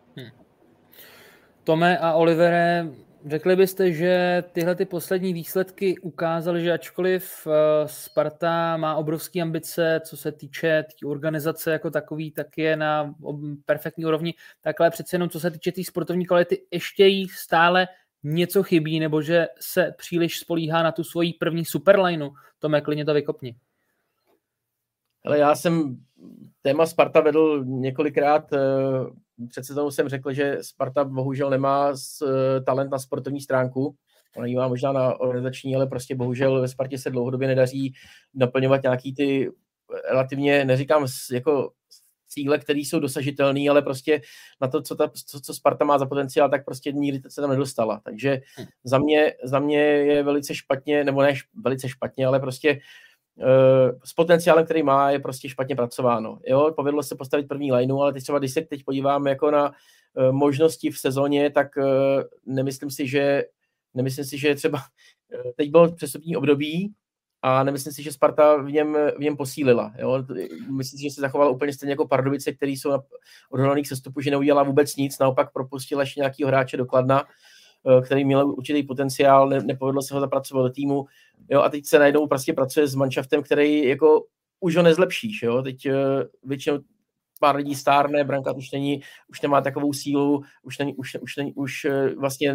Tome a Olivere, řekli byste, že tyhle ty poslední výsledky ukázaly, že ačkoliv Sparta má obrovské ambice, co se týče té organizace jako takový, tak je na perfektní úrovni, takhle přece jenom co se týče té sportovní kvality, ještě jí stále něco chybí, nebo že se příliš spolíhá na tu svoji první superlineu. Tome, klidně to vykopni. Ale já jsem téma Sparta vedl několikrát. Před sezónou jsem řekl, že Sparta bohužel nemá talent na sportovní stránku. Ona ji má možná na organizační, ale prostě bohužel ve Spartě se dlouhodobě nedaří naplňovat nějaký ty relativně, neříkám jako cíle, které jsou dosažitelné, ale prostě na to, co Sparta má za potenciál, tak prostě nikdy se tam nedostala. Takže za mě je velice špatně, nebo ne velice špatně, ale prostě s potenciálem, který má, je prostě špatně pracováno. Jo, povedlo se postavit první lineu, ale když se teď podívám jako na možnosti v sezóně, tak nemyslím si, že třeba teď bylo přestupní období a nemyslím si, že Sparta v něm posílila. Jo. Myslím si, že se zachovala úplně stejně jako Pardubice, který jsou na odhodlaných sestupu, že neudělala vůbec nic, naopak propustila ještě nějakého hráče do Kladna, který měl určitý potenciál, nepovedlo se ho zapracovat do týmu. Jo, a teď se najednou prostě pracuje s manšaftem, který jako už ho nezlepšíš. Jo. Teď většinou pár lidí stárne, branka už nemá takovou sílu, už vlastně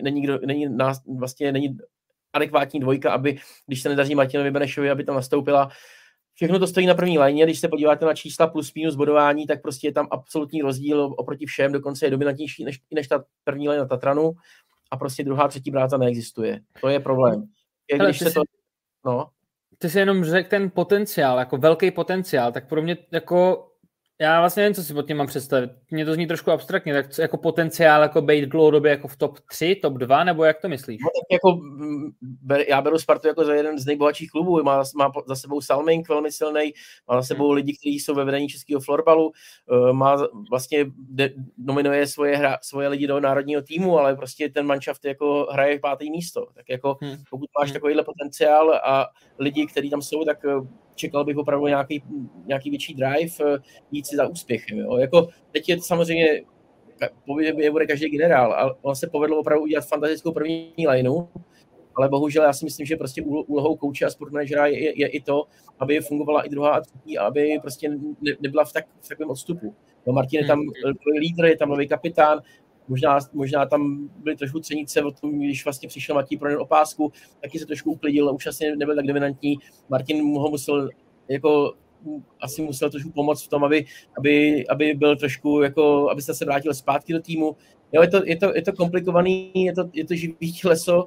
není adekvátní dvojka, aby, když se nedaří Martinovi Benešovi, aby tam nastoupila. Všechno to stojí na první lajně, když se podíváte na čísla plus minus bodování, tak prostě je tam absolutní rozdíl oproti všem, dokonce je dominantnější než ta první lajna Tatranu a prostě druhá, třetí bráta neexistuje. To je problém. Ty jsi jenom řekl ten potenciál, jako velký potenciál, tak pro mě jako já vlastně nevím, co si pod tím mám představit. Mně to zní trošku abstraktně, tak jako potenciál jako být dlouhodobě jako v top 3, top 2, nebo jak to myslíš? No, tak jako, já beru Spartu jako za jeden z nejbohatších klubů, má za sebou Salming velmi silnej, má za sebou lidi, kteří jsou ve vedení českého florbalu, vlastně nominuje svoje lidi do národního týmu, ale prostě ten manšaft jako hraje 5. místo. Tak jako pokud máš takovýhle potenciál a lidi, kteří tam jsou, tak čekal bych opravdu nějaký větší drive, jít si za úspěchem. Jo. Jako, teď je to samozřejmě, bude každý generál, ale on se povedlo opravdu udělat fantastickou první lineu, ale bohužel já si myslím, že prostě úlohou kouče a sportmanažera je i to, aby fungovala i druhá a třetí, aby prostě nebyla v takovém odstupu. No, Martin je tam lídr, je tam nový kapitán, možná tam byly trošku třenice o tom, když vlastně přišel Matěj pro opásku, taky se trošku uklidil, už asi nebyl tak dominantní. Martin ho musel trošku pomoct v tom, aby byl trošku, jako, aby se vrátil zpátky do týmu. Jo, je to komplikovaný, je to živý těleso,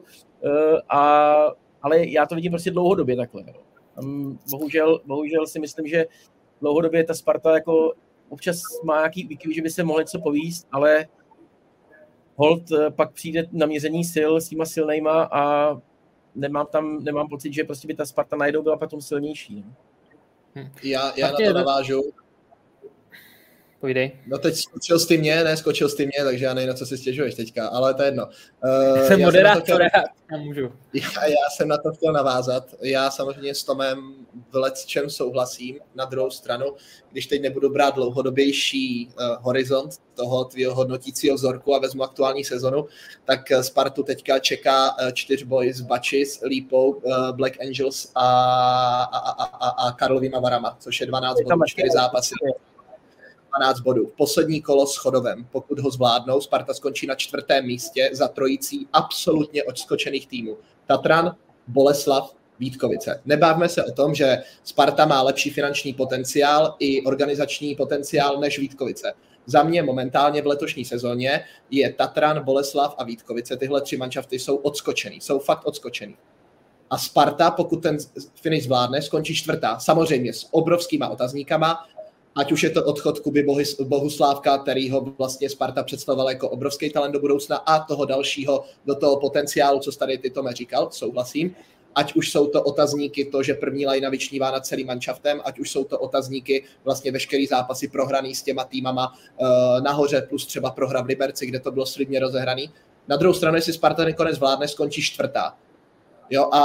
ale já to vidím prostě dlouhodobě takhle. Bohužel si myslím, že dlouhodobě ta Sparta jako občas má nějaký výkyv, že by se mohlo něco povíst, ale hold pak přijde na měření sil s těma silnejma a nemám pocit, že prostě by ta Sparta najednou byla potom silnější. Já na to navážu. Povídej. No teď skočil jsi ty mě, takže já nevím, na co si stěžuješ teďka, ale to je jedno. Jsem moderátor, já můžu. Já jsem na to chtěl navázat. Já samozřejmě s Tomem v lecčem souhlasím. Na druhou stranu, když teď nebudu brát dlouhodobější horizont toho tvýho hodnotícího vzorku a vezmu aktuální sezonu, tak Spartu teďka čeká 4boj s Bačis, Lípou, Black Angels a Karlovýma Varama, což je 12 bodů, 4 zápasy. 12 bodů. Poslední kolo s Chodovem. Pokud ho zvládnou, Sparta skončí na 4. místě za trojicí absolutně odskočených týmů. Tatran, Boleslav, Vítkovice. Nebávme se o tom, že Sparta má lepší finanční potenciál i organizační potenciál než Vítkovice. Za mě momentálně v letošní sezóně je Tatran, Boleslav a Vítkovice. Tyhle 3 manšafty jsou odskočený. Jsou fakt odskočený. A Sparta, pokud ten finish zvládne, skončí 4. Samozřejmě s obrovskýma otazníkama, ať už je to odchod Kuby Bohuslávka, kterýho vlastně Sparta představovala jako obrovský talent do budoucna a toho dalšího do toho potenciálu, co tady ty Tome říkal, souhlasím. Ať už jsou to otazníky to, že první lajna vyčnívá nad celým manšaftem, ať už jsou to otazníky vlastně veškerý zápasy prohraný s těma týmama nahoře, plus třeba prohra v Liberci, kde to bylo slibně rozehraný. Na druhou stranu, jestli Sparta nakonec zvládne, skončí 4. Jo, a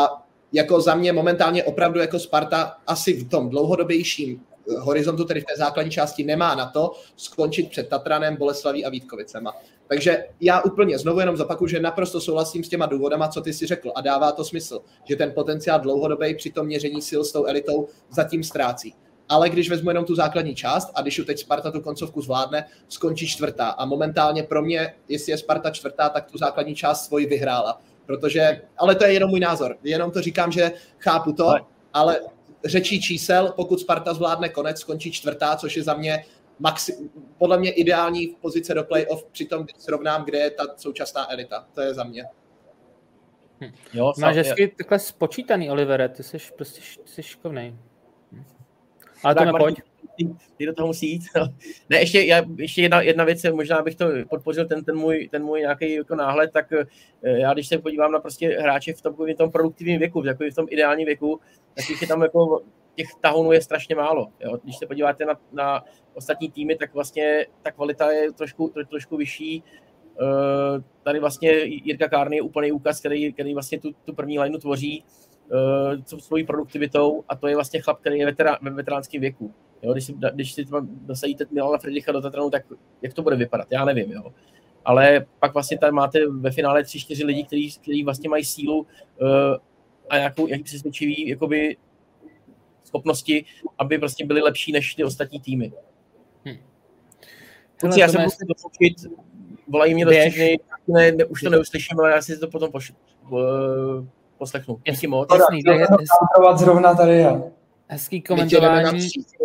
jako za mě momentálně opravdu jako Sparta asi v tom dlouhodobějším horizontu, tedy v té základní části, nemá na to skončit před Tatranem, Boleslaví a Vítkovicema. Takže já úplně znovu jenom zopakuju, že naprosto souhlasím s těma důvodama, co ty si řekl, a dává to smysl, že ten potenciál dlouhodobý při tom měření sil s tou elitou zatím ztrácí. Ale když vezmu jenom tu základní část a když už teď Sparta tu koncovku zvládne, skončí čtvrtá. A momentálně pro mě, jestli je Sparta čtvrtá, tak tu základní část svoji vyhrála. Protože, ale to je jenom můj názor. Jenom to říkám, že chápu to, ale řečí čísel, pokud Sparta zvládne konec, skončí čtvrtá, což je za mě podle mě ideální pozice do play-off, přitom když srovnám, kde je ta současná elita. To je za mě. Jo, máš hezky takhle spočítaný, Olivere, ty jsi prostě šikovnej. Ale to nepojď. Ty do toho musí jít. Ne, ještě jedna věc, možná bych to podpořil, ten můj nějaký jako náhled, tak já když se podívám na prostě hráče v tom produktivním věku, v tom ideálním věku, tak je tam jako těch tahounů je strašně málo. Jo? Když se podíváte na ostatní týmy, tak vlastně ta kvalita je trošku vyšší. Tady vlastně Jirka Kárny je úplný úkaz, který vlastně tu první lineu tvoří svojí produktivitou, a to je vlastně chlap, který je ve veteránském věku. Jo, když si dosadíte Milana Friedricha do Tatranu, tak jak to bude vypadat? Já nevím. Jo. Ale pak vlastně tam máte ve finále 3-4 lidi, kteří vlastně mají sílu a jaký přesvědčivý jakoby schopnosti, aby prostě byli lepší než ty ostatní týmy. Já se musím dopočít, volají mě do střižny, už to neuslyším, ale já si to potom poslechnu. Díky moc. Zrovna tady já. Hezký komentování.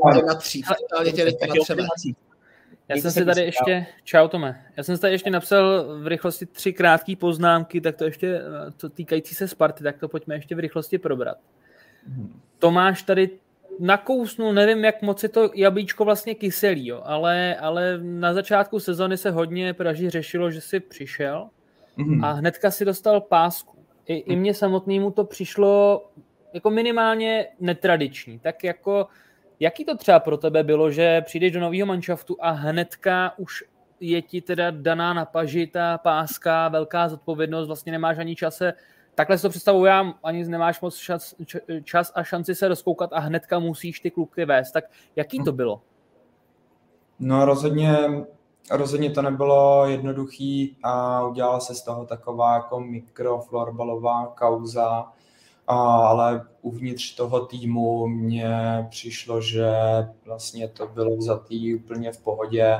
Já jsem si tady ještě, čau Tome, já jsem si tady ještě napsal v rychlosti 3 krátké poznámky, tak to ještě, to týkající se Sparty, tak to pojďme ještě v rychlosti probrat. Tomáš tady nakousnul, nevím, jak moc je to jablíčko vlastně kyselý, jo, ale na začátku sezony se hodně Praží řešilo, že si přišel a hnedka si dostal pásku. I mně samotnému to přišlo jako minimálně netradiční. Tak jako, jaký to třeba pro tebe bylo, že přijdeš do nového manšaftu a hnedka už je ti teda daná na paži ta páska, velká zodpovědnost, vlastně nemáš ani čase, takhle si to představuji já, ani nemáš moc čas a šanci se rozkoukat a hnedka musíš ty kluky vést. Tak jaký to bylo? No rozhodně to nebylo jednoduchý a udělala se z toho taková jako mikroflorbalová kauza, ale uvnitř toho týmu mně přišlo, že vlastně to bylo vzatý úplně v pohodě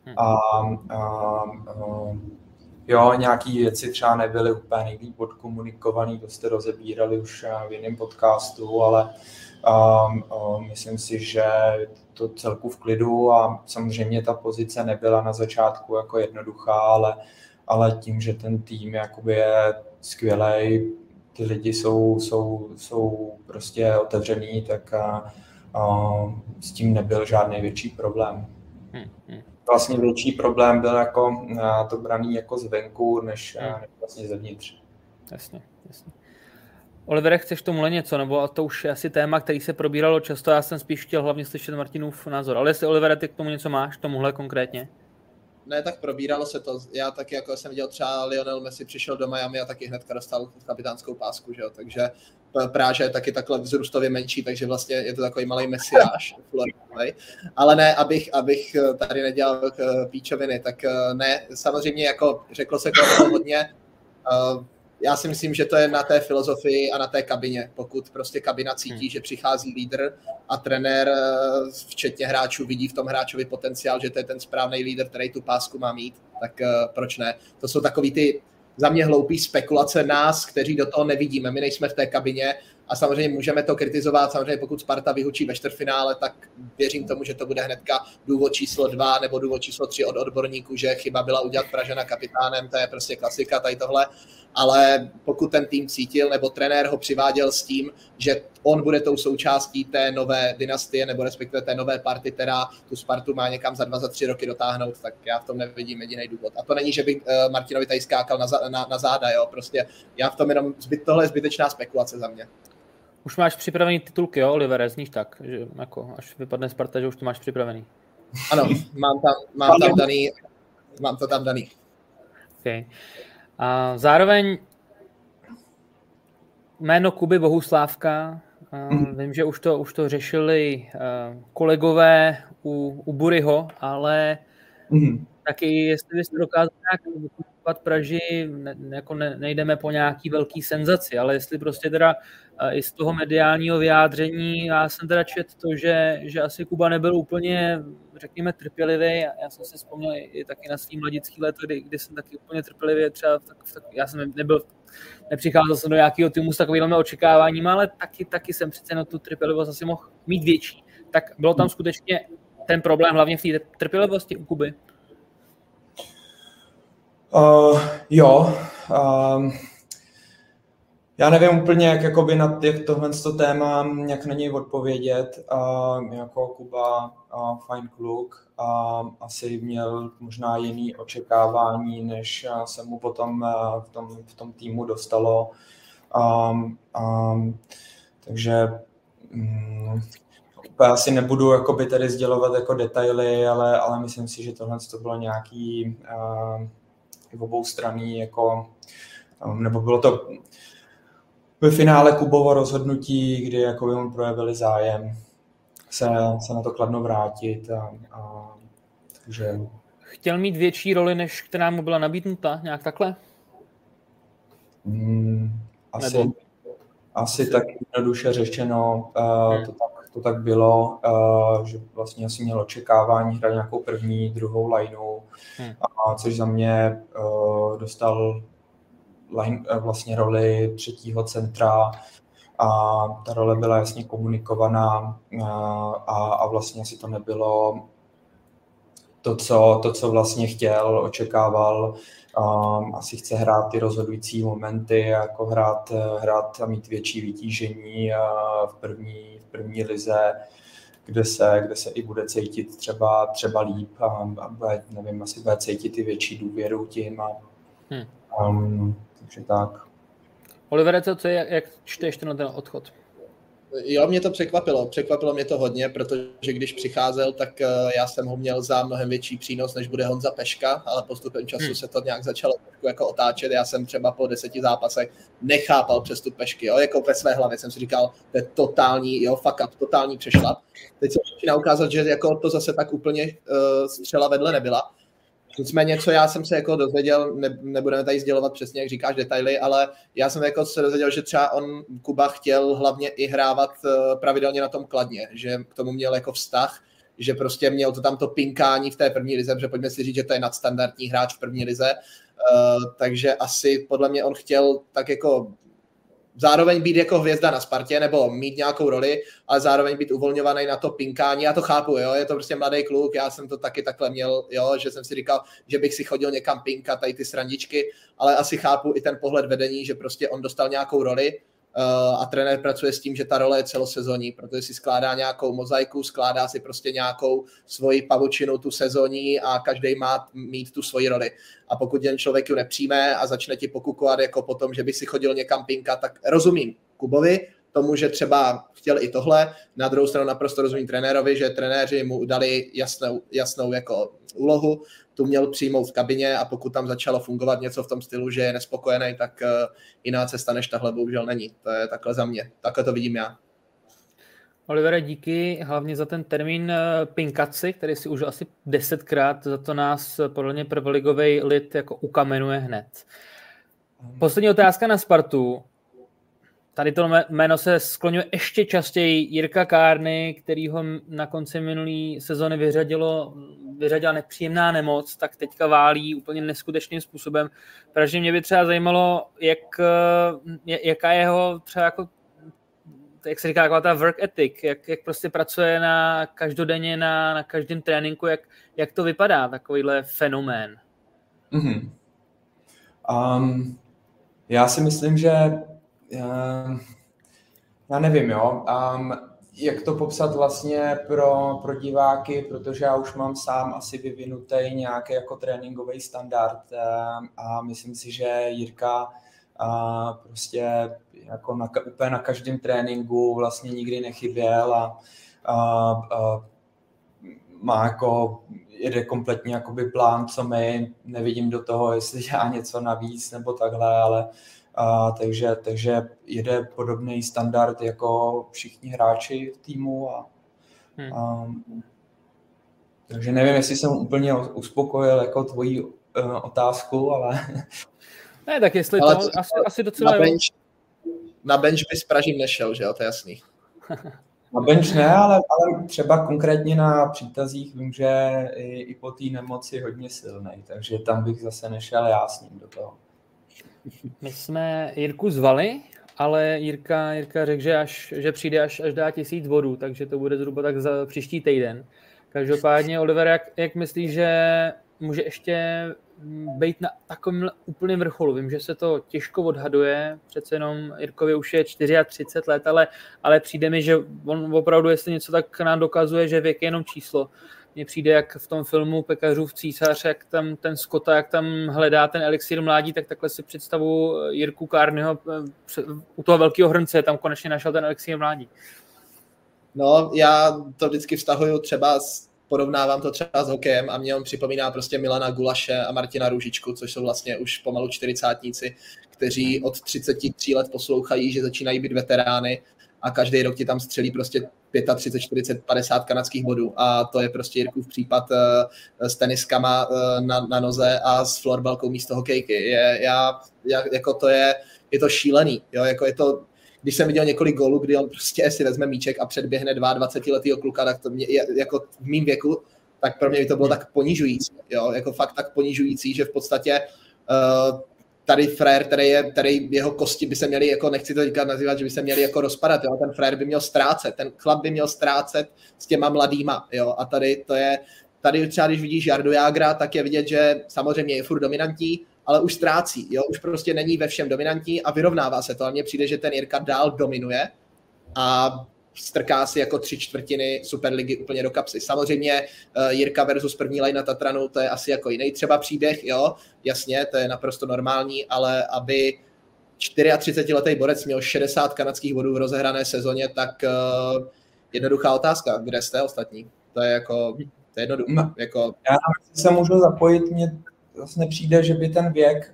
jo, nějaký věci třeba nebyly úplně nejlíp odkomunikovaný, to jste rozebírali už v jiném podcastu, ale myslím si, že to celku v klidu a samozřejmě ta pozice nebyla na začátku jako jednoduchá, ale tím, že ten tým jakoby je skvělej, ty lidi jsou prostě otevřený, tak s tím nebyl žádný větší problém. Vlastně větší problém byl jako to braný jako zvenku, než vlastně zevnitř. Jasně. Olivere, chceš tomuhle něco? Nebo to už je asi téma, který se probíralo často, já jsem spíš chtěl hlavně slyšet Martinův názor. Ale jestli, Olivere, ty k tomu něco máš, tomuhle konkrétně? Ne, tak probíralo se to. Já taky, jako jsem viděl, třeba Lionel Messi přišel do Miami a taky hnedka dostal kapitánskou pásku, že jo? Takže Práže je taky takhle vzrůstově menší, takže vlastně je to takový malý mesiáš. Ale ne, abych tady nedělal píčoviny, tak ne, samozřejmě jako řeklo se kolem hodně. Já si myslím, že to je na té filozofii a na té kabině. Pokud prostě kabina cítí, že přichází lídr a trenér, včetně hráčů, vidí v tom hráčovi potenciál, že to je ten správný lídr, který tu pásku má mít, tak proč ne? To jsou takový ty za mě hloupý spekulace nás, kteří do toho nevidíme. My nejsme v té kabině a samozřejmě můžeme to kritizovat. Samozřejmě pokud Sparta vyhučí ve čtvrtfinále, tak věřím tomu, že to bude hnedka důvod číslo 2 nebo důvod číslo 3 od odborníků, že chyba byla udělat Pražana kapitánem, to je prostě klasika tady tohle. Ale pokud ten tým cítil nebo trenér ho přiváděl s tím, že on bude tou součástí té nové dynastie nebo respektive té nové party, která tu Spartu má někam za 2, za 3 roky dotáhnout, tak já v tom nevidím jediný důvod. A to není, že by Martinovi tady skákal na záda, jo, prostě já v tom jenom tohle je zbytečná spekulace za mě. Už máš připravený titulky, jo, Olivere, zníš tak, že jako až vypadne Sparta, že už to máš připravený. Ano, mám to tam daný. Okay. A zároveň jméno Kuby Bohuslávka. Vím, že už to řešili kolegové u Buryho, ale taky jestli byste dokázali nějak vykupovat Praži, nejdeme po nějaký velký senzaci, ale jestli prostě teda i z toho mediálního vyjádření, já jsem teda četl to, že asi Kuba nebyl úplně, řekněme, trpělivý. Já jsem si vzpomněl i taky na svý mladický let, kdy jsem taky úplně trpělivě třeba, já jsem nepřicházel jsem do nějakého týmu s takovými očekáváními, ale taky jsem přece na tu trpělivost asi mohl mít větší. Tak bylo tam skutečně ten problém hlavně v té trpělivosti u Kuby? Jo. Já nevím úplně, jak tohle téma, jak na něj odpovědět. Jako Kuba, fajn kluk, asi měl možná jiný očekávání, než se mu potom v tom týmu dostalo. Takže asi nebudu tady sdělovat jako detaily, ale myslím si, že tohle to bylo nějaký oboustranný, nebo bylo to ve finále Kubovo rozhodnutí, kdy on projevili zájem se na to Kladno vrátit. Takže... Chtěl mít větší roli, než která mu byla nabídnuta? Nějak takhle? Asi tak jednoduše řečeno, to tak bylo, že vlastně asi měl očekávání hrát nějakou první, druhou lineu, což za mě dostal vlastně roli třetího centra a ta role byla jasně komunikovaná a vlastně asi to nebylo to, co vlastně chtěl, očekával. Asi chce hrát ty rozhodující momenty, jako hrát a mít větší vytížení v první lize, kde se i bude cítit třeba líp a bude, nevím, asi bude cítit i větší důvěru tím. Takže tak. Olivere, jak čteš ten odchod? Jo, mě to překvapilo mě to hodně, protože když přicházel, tak já jsem ho měl za mnohem větší přínos, než bude Honza Peška, ale postupem času se to nějak začalo jako otáčet. Já jsem třeba po 10 zápasech nechápal přestup Pešky, jo, jako ve své hlavě jsem si říkal, to je totální, fuck up, totální přešlap. Teď se začíná ukázat, že jako to zase tak úplně střela vedle nebyla. Nicméně, co já jsem se dozvěděl, nebudeme tady sdělovat přesně, jak říkáš, detaily, ale já jsem se dozvěděl, že třeba Kuba chtěl hlavně i hrávat pravidelně na tom Kladně, že k tomu měl vztah, že prostě měl to tam to pinkání v té první lize, protože pojďme si říct, že to je nadstandardní hráč v první lize, takže asi podle mě on chtěl tak zároveň být jako hvězda na Spartě nebo mít nějakou roli, ale zároveň být uvolňovaný na to pinkání. Já to chápu, jo, je to prostě mladý kluk, já jsem to taky takhle měl, jo, že jsem si říkal, že bych si chodil někam pinkat, tady ty srandičky, ale asi chápu i ten pohled vedení, že prostě on dostal nějakou roli a trenér pracuje s tím, že ta role je celosezonní, protože si skládá nějakou mozaiku, skládá si prostě nějakou svoji pavučinu tu sezónní a každý má mít tu svoji roli. A pokud jen člověk ji nepřijme a začne ti pokukovat jako potom, že by si chodil někam pinkat, tak rozumím Kubovi, tomu, že třeba chtěl i tohle, na druhou stranu naprosto rozumím trenérovi, že trenéři mu dali jasnou úlohu, tu měl přijmout v kabině a pokud tam začalo fungovat něco v tom stylu, že je nespokojený, tak jiná cesta než tahle bohužel není. To je takhle za mě. Takhle to vidím já. Olivere, díky hlavně za ten termín pinkaci, který si už asi 10krát, za to nás podle mě prvoligovej lid ukamenuje hned. Poslední otázka na Spartu. Tady to jméno se skloňuje ještě častěji. Jirka Kárny, který ho na konci minulé sezony vyřadila nepříjemná nemoc, tak teďka válí úplně neskutečným způsobem. Takže mě by třeba zajímalo, jaká je jeho třeba jak se říká, taková ta work ethic, jak prostě pracuje každodenně na každém tréninku, jak to vypadá, takovýhle fenomén. Já si myslím, že já nevím, jo, jak to popsat vlastně pro diváky, protože já už mám sám asi vyvinutý nějaký tréninkový standard a myslím si, že Jirka prostě úplně na každém tréninku vlastně nikdy nechyběl a má jede kompletně jakoby plán, co my, nevidím do toho, jestli dělá něco navíc nebo takhle, ale takže jede podobný standard jako všichni hráči v týmu takže nevím, jestli jsem úplně uspokojil jako tvoji otázku, ale... Ne, tak jestli ale to asi docela... Na bench by s Pražím nešel, že jo, to je jasný. Na bench ne, ale třeba konkrétně na přítazích vím, že i po té nemoci hodně silnej, takže tam bych zase nešel já s ním do toho. My jsme Jirku zvali, ale Jirka řekl, že přijde až dá 1000 bodů, takže to bude zhruba tak za příští týden. Každopádně, Oliver, jak myslíš, že může ještě být na takovém úplném vrcholu? Vím, že se to těžko odhaduje, přece jenom Jirkovi už je 34 let, ale přijde mi, že on opravdu, jestli něco tak nám dokazuje, že věk je jenom číslo. Mně přijde, jak v tom filmu Pekařův císař, jak tam ten Scotta, jak tam hledá ten elixír mládí, tak takhle si představu Jirku Carneyho u toho velkého hrnce, tam konečně našel ten elixír mládí. No, já to vždycky vztahuju porovnávám to třeba s hokejem a mě on připomíná prostě Milana Gulaše a Martina Růžičku, což jsou vlastně už pomalu 40tníci, kteří od 33 let poslouchají, že začínají být veterány a každý rok ti tam střelí prostě 35, 40, 50 kanadských bodů a to je prostě Jirkův případ s teniskama na noze a s florbalkou místo hokejky. Je to šílený, jo, jako je to. Když jsem viděl několik gólů, kdy on prostě si vezme míček a předběhne 22letýho kluka, tak to mě, jako v mým věku, tak pro mě by to bylo tak ponižující, jo, jako fakt tak ponižující, že v podstatě tady frér, který jeho kosti by se měly, jako nechci to říkat nazývat, že by se měly jako rozpadat, jo, ten frér by měl ztrácet, ten chlap by měl ztrácet s těma mladýma, jo, a tady třeba, když vidíš Jardu Jágra, tak je vidět, že samozřejmě je furt dominantní, ale už ztrácí, jo, už prostě není ve všem dominantní a vyrovnává se to. A mně přijde, že ten Jirka dál dominuje a strká si jako 3/4 Superligy úplně do kapsy. Samozřejmě Jirka versus první line na Tatranu, to je asi jako jiný třeba příběh, jo, jasně, to je naprosto normální, ale aby 34letý borec měl 60 kanadských bodů v rozehrané sezóně, tak jednoduchá otázka, kde jste ostatní? To je jako, to je jednoduché. No, jako... Já se můžu zapojit, mně vlastně přijde, že by ten věk,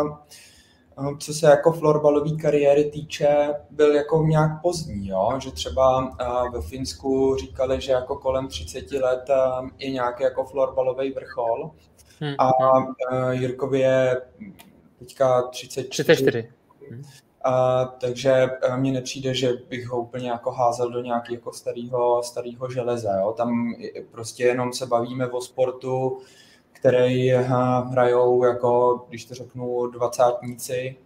co se jako florbalové kariéry týče, byl jako nějak pozdní, jo? Že třeba ve Finsku říkali, že jako kolem 30 let je nějaký jako florbalový vrchol a Jirkovi je teďka 34. Takže mně nepřijde, že bych ho úplně jako házel do nějakého jako starého železa, jo? Tam prostě jenom se bavíme o sportu, který hrajou, jako, když to řeknu, dvacátníci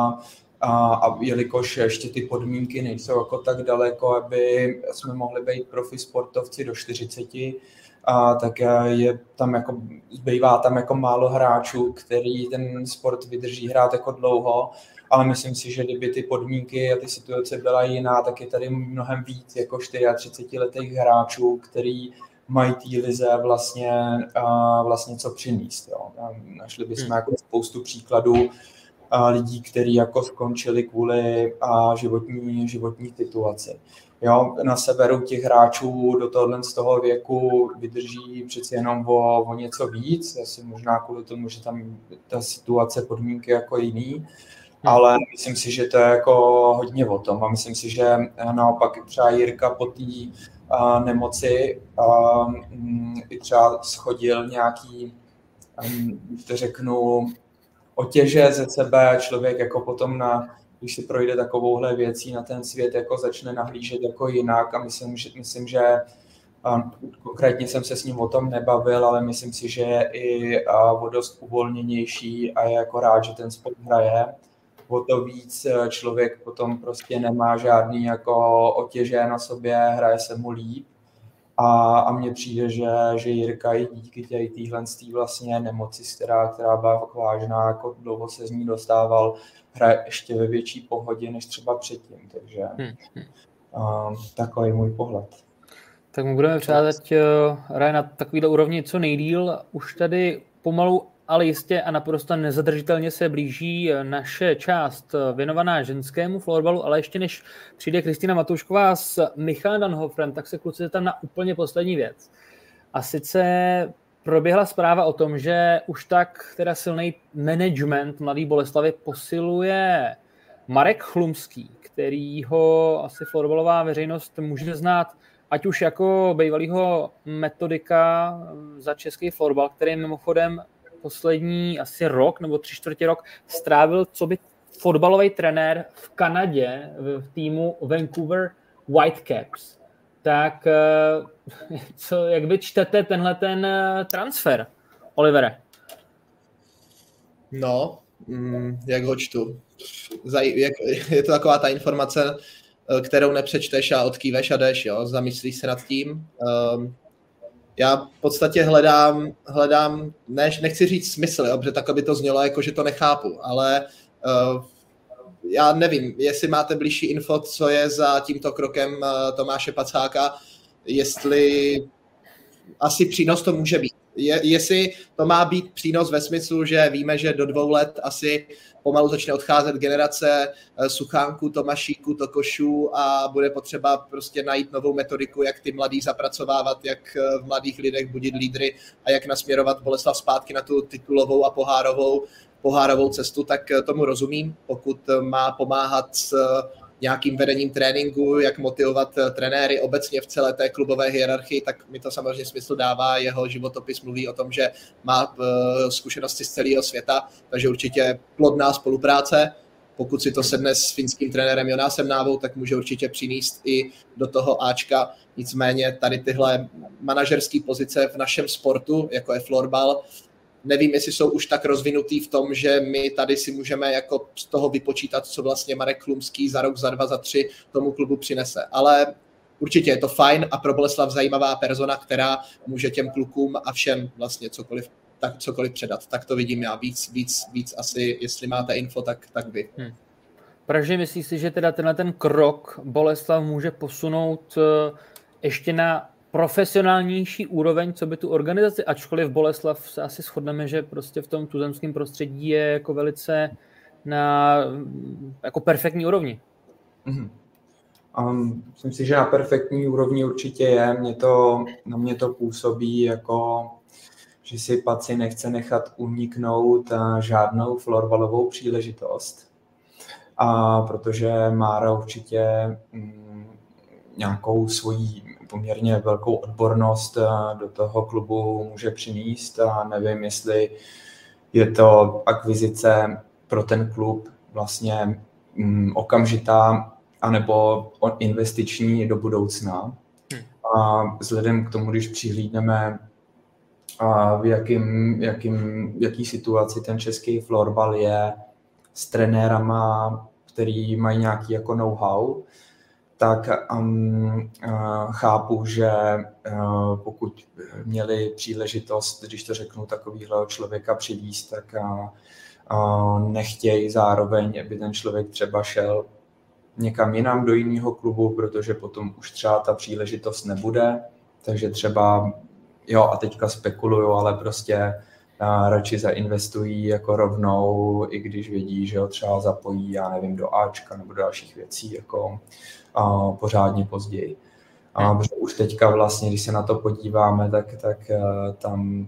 a jelikož ještě ty podmínky nejsou jako tak daleko, aby jsme mohli být profi sportovci do 40, tak je tam jako, zbývá tam jako málo hráčů, který ten sport vydrží hrát jako dlouho, ale myslím si, že kdyby ty podmínky a ty situace byla jiná, tak je tady mnohem víc jako 34letých hráčů, který mají té lize vlastně co přinést. Jo. Našli bychom jako spoustu příkladů lidí, kteří jako skončili kvůli životní situaci. Jo, na severu těch hráčů do tohohle z toho věku vydrží přeci jenom o něco víc, asi možná kvůli tomu, že tam ta situace, podmínky jako jiný, ale myslím si, že to je jako hodně o tom a myslím si, že naopak třeba Jirka po té nemoci i třeba schodil nějaký, to řeknu, otěže ze sebe, člověk jako potom když si projde takovouhle věcí na ten svět, jako začne nahlížet jako jinak a myslím, že konkrétně jsem se s ním o tom nebavil, ale myslím si, že je i o dost uvolněnější a je jako rád, že ten sport hraje. O to víc člověk potom prostě nemá žádný jako otěže na sobě, hraje se mu líp. A mně přijde, že Jirka i díky téhle vlastně nemoci, která byla vážná, jako dlouho se z ní dostával, hraje ještě ve větší pohodě než třeba předtím. Takže takový můj pohled. Tak my budeme přázet hraje na takovýhle úrovni co nejdýl. Už tady pomalu, ale jistě a naprosto nezadržitelně se blíží naše část věnovaná ženskému florbalu, ale ještě než přijde Kristýna Matoušková s Michalem Danhofrem, tak se kluci tam na úplně poslední věc. A sice proběhla zpráva o tom, že už tak teda silný management Mladý Boleslavi posiluje Marek Chlumský, kterýho asi florbalová veřejnost může znát, ať už jako bývalýho metodika za český florbal, který mimochodem poslední asi rok nebo 3/4 rok strávil coby fotbalový trenér v Kanadě v týmu Vancouver Whitecaps. Tak jak vy čtete tenhle ten transfer, Olivere? No, jak ho čtu. Je to taková ta informace, kterou nepřečteš a odkýveš a jdeš, jo? Zamyslíš se nad tím. Já v podstatě hledám nechci říct smysl, jo? Protože takhle by to znělo, jako že to nechápu, ale já nevím, jestli máte blížší info, co je za tímto krokem Tomáše Pacáka, jestli asi přínos to může být. Jestli to má být přínos ve smyslu, že víme, že do 2 let asi pomalu začne odcházet generace Suchánků, Tomašíků, Tokošů a bude potřeba prostě najít novou metodiku, jak ty mladý zapracovávat, jak v mladých lidech budit lídry a jak nasměrovat Boleslav zpátky na tu titulovou a pohárovou cestu, tak tomu rozumím. Pokud má pomáhat s nějakým vedením tréninku, jak motivovat trenéry obecně v celé té klubové hierarchii, tak mi to samozřejmě smysl dává. Jeho životopis mluví o tom, že má zkušenosti z celého světa, takže určitě plodná spolupráce. Pokud si to sedne s finským trenérem Jonásem Návou, tak může určitě přinést i do toho Ačka. Nicméně tady tyhle manažerské pozice v našem sportu, jako je florbal, nevím, jestli jsou už tak rozvinutý v tom, že my tady si můžeme jako z toho vypočítat, co vlastně Marek Chlumský za rok, za 2, za 3 tomu klubu přinese. Ale určitě je to fajn a pro Boleslav zajímavá persona, která může těm klukům a všem vlastně cokoliv předat. Tak to vidím já. Víc asi, jestli máte info, tak vy. Protože myslíš si, že teda ten krok Boleslav může posunout ještě na profesionálnější úroveň, co by tu organizaci, ačkoliv Boleslav se asi shodneme, že prostě v tom tuzemském prostředí je jako velice na jako perfektní úrovni. Myslím si, že na perfektní úrovni určitě je. Na mě to působí jako, že si Paci nechce nechat uniknout žádnou florbalovou příležitost. Protože Mára určitě nějakou svoji poměrně velkou odbornost do toho klubu může přinést a nevím, jestli je to akvizice pro ten klub vlastně okamžitá anebo investiční do budoucna. A vzhledem k tomu, když přihlídneme, v jaký situaci ten český florbal je s trenérama, který mají nějaký jako know-how, tak chápu, že pokud měli příležitost, když to řeknu, takovýhle člověka přivést, tak nechtějí zároveň, aby ten člověk třeba šel někam jinam do jiného klubu, protože potom už třeba ta příležitost nebude, takže třeba, jo a teďka spekuluju, ale prostě radši zainvestují jako rovnou, i když vědí, že ho třeba zapojí, já nevím, do Ačka nebo do dalších věcí, jako pořádně později. Protože už teďka vlastně, když se na to podíváme, tak tam,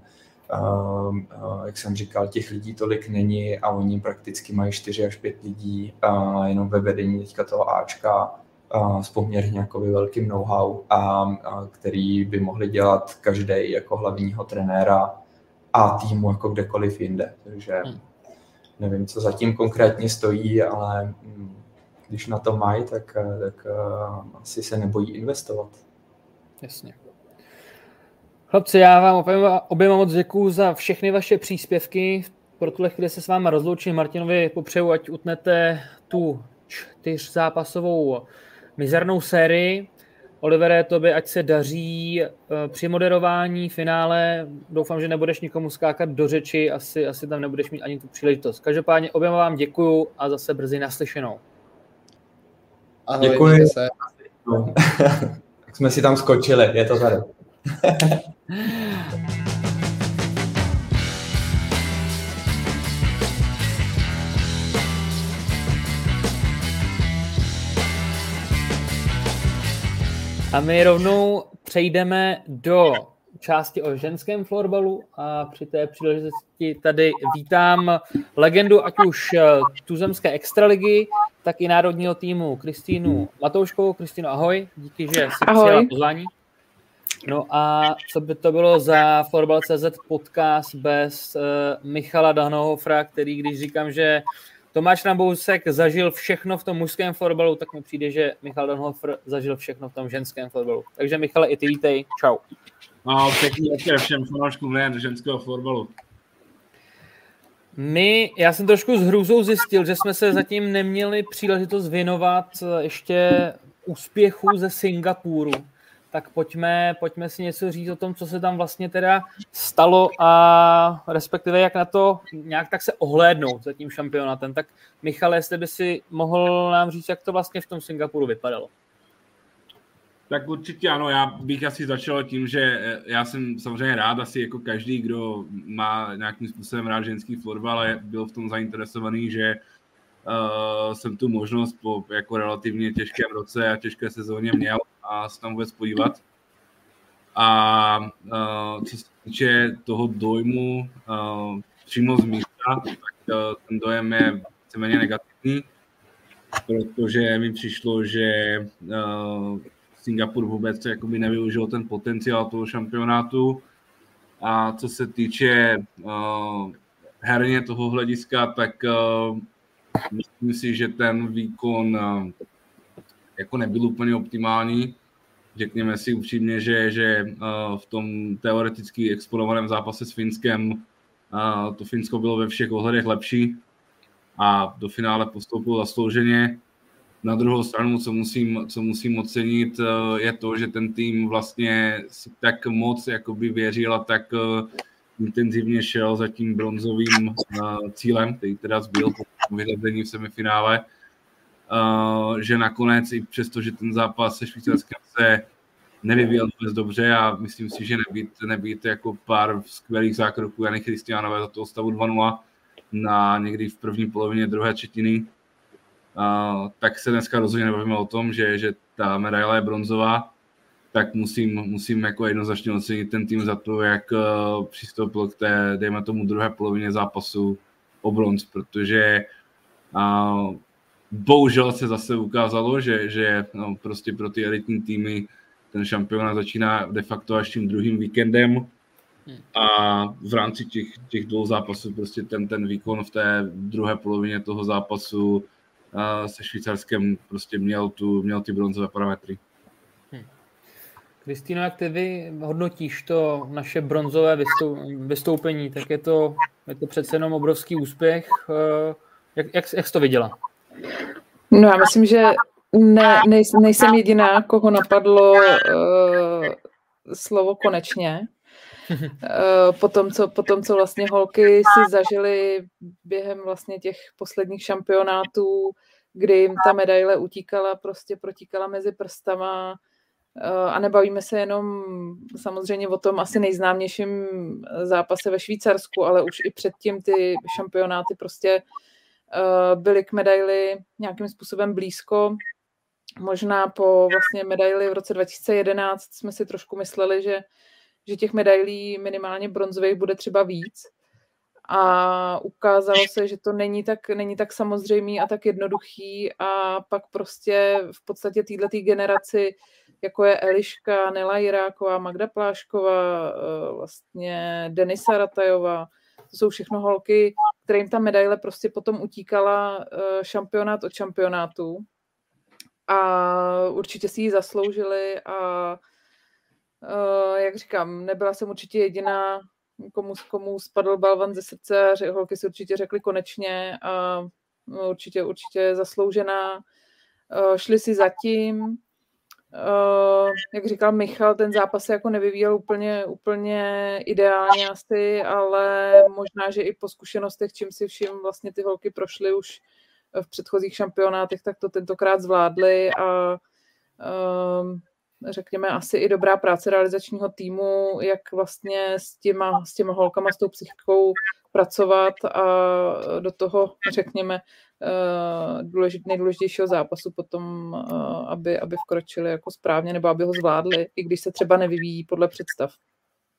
jak jsem říkal, těch lidí tolik není a oni prakticky mají 4 až 5 lidí jenom ve vedení teďka toho Ačka s poměrně jako velkým know-how, který by mohli dělat každý jako hlavního trenéra a týmu jako kdekoliv jinde. Takže nevím, co zatím konkrétně stojí, ale když na to mají, tak asi se nebojí investovat. Jasně. Chlapci, já vám oběma moc děkuju za všechny vaše příspěvky. Pro tuhle chvíli se s vámi rozloučím. Martinovi popřeju, ať utnete tu 4zápasovou mizernou sérii. Olivere, tobě ať se daří při moderování finále. Doufám, že nebudeš nikomu skákat do řeči, asi tam nebudeš mít ani tu příležitost. Každopádně oběma vám děkuju a zase brzy naslyšenou. Ahoj, děkuji. Se. Tak jsme si tam skočili, je to tady. A my rovnou přejdeme do části o ženském florbalu a při té příležitosti tady vítám legendu ať už tuzemské extraligy, tak i národního týmu Kristýnu Matouškovou. Kristýno, ahoj, díky, že jsi přijala pozvání. No a co by to bylo za Florbal.cz podcast bez Michala Dahnhofera, který, když říkám, že Tomáš Rambousek zažil všechno v tom mužském florbalu, tak mi přijde, že Michal Dahnhofer zažil všechno v tom ženském florbalu. Takže Michale, i ty vítej, čau. No, pěkný večer všem fanouškům nejen ženského florbalu. Já jsem trošku s hrůzou zjistil, že jsme se zatím neměli příležitost věnovat ještě úspěchu ze Singapuru. Tak pojďme si něco říct o tom, co se tam vlastně teda stalo a respektive jak na to nějak tak se ohlédnout za tím šampionátem. Tak Michale, jestli by si mohl nám říct, jak to vlastně v tom Singapuru vypadalo. Tak určitě ano, já bych asi začal tím, že já jsem samozřejmě rád, asi jako každý, kdo má nějakým způsobem rád ženský florbal, ale byl v tom zainteresovaný, že jsem tu možnost po jako relativně těžkém roce a těžké sezóně měl a se tam vůbec podívat. A co se týče toho dojmu přímo z místa, tak ten dojem je víceméně negativní, protože mi přišlo, že Singapur vůbec jakoby nevyužil ten potenciál toho šampionátu. A co se týče herně toho hlediska, tak myslím si, že ten výkon jako nebyl úplně optimální. Řekněme si upřímně, že v tom teoreticky exponovaném zápase s Finskem to Finsko bylo ve všech ohledech lepší a do finále postoupilo zaslouženě. Na druhou stranu, co musím ocenit, je to, že ten tým vlastně si tak moc jakoby věřil a tak intenzivně šel za tím bronzovým cílem, který teda zbyl po vyřazení v semifinále, že nakonec i přesto, že ten zápas se Švýcarskem se nevyvíjel vůbec dobře a myslím si, že nebýt jako pár skvělých zákroků Jany Christianové za toho stavu 2-0 na někdy v první polovině druhé třetiny, tak se dneska rozhodně nebavíme o tom, že ta medaile je bronzová, tak musím jako jednoznačně ocenit ten tým za to, jak přistoupil k té, dejme tomu, druhé polovině zápasu o bronz, protože bohužel se zase ukázalo, že prostě pro ty elitní týmy ten šampionát začíná de facto až tím druhým víkendem a v rámci těch dvou zápasů prostě ten výkon v té druhé polovině toho zápasu se Švýcarskem prostě měl ty bronzové parametry. Kristýno, jak ty hodnotíš to naše bronzové vystoupení, tak je to přece jenom obrovský úspěch. Jak jsi to viděla? No já myslím, že nejsem jediná, koho napadlo slovo konečně. Potom, co vlastně holky si zažily během vlastně těch posledních šampionátů, kdy jim ta medaile protíkala mezi prstama a nebavíme se jenom samozřejmě o tom asi nejznámějším zápase ve Švýcarsku, ale už i předtím ty šampionáty prostě byly k medaili nějakým způsobem blízko. Možná po vlastně medaili v roce 2011 jsme si trošku mysleli, že těch medailí minimálně bronzových bude třeba víc. A ukázalo se, že to není tak samozřejmý a tak jednoduchý a pak prostě v podstatě této generaci, jako je Eliška, Nela Jiráková, Magda Plášková, vlastně Denisa Ratajová, to jsou všechno holky, kterým ta medaile prostě potom utíkala šampionát od šampionátu a určitě si ji zasloužili a jak říkám, nebyla jsem určitě jediná, komu spadl balvan ze srdce a holky si určitě řekly konečně a určitě zasloužená. Šli si zatím. Jak říkal Michal, ten zápas se jako nevyvíjel úplně ideálně asi, ale možná, že i po zkušenostech, čím si všim vlastně ty holky prošly už v předchozích šampionátech, tak to tentokrát zvládly a řekněme asi i dobrá práce realizačního týmu, jak vlastně s těma holkama, s tou psychikou pracovat a do toho, řekněme, nejdůležitějšího zápasu potom, aby vkročili jako správně nebo aby ho zvládli, i když se třeba nevyvíjí podle představ.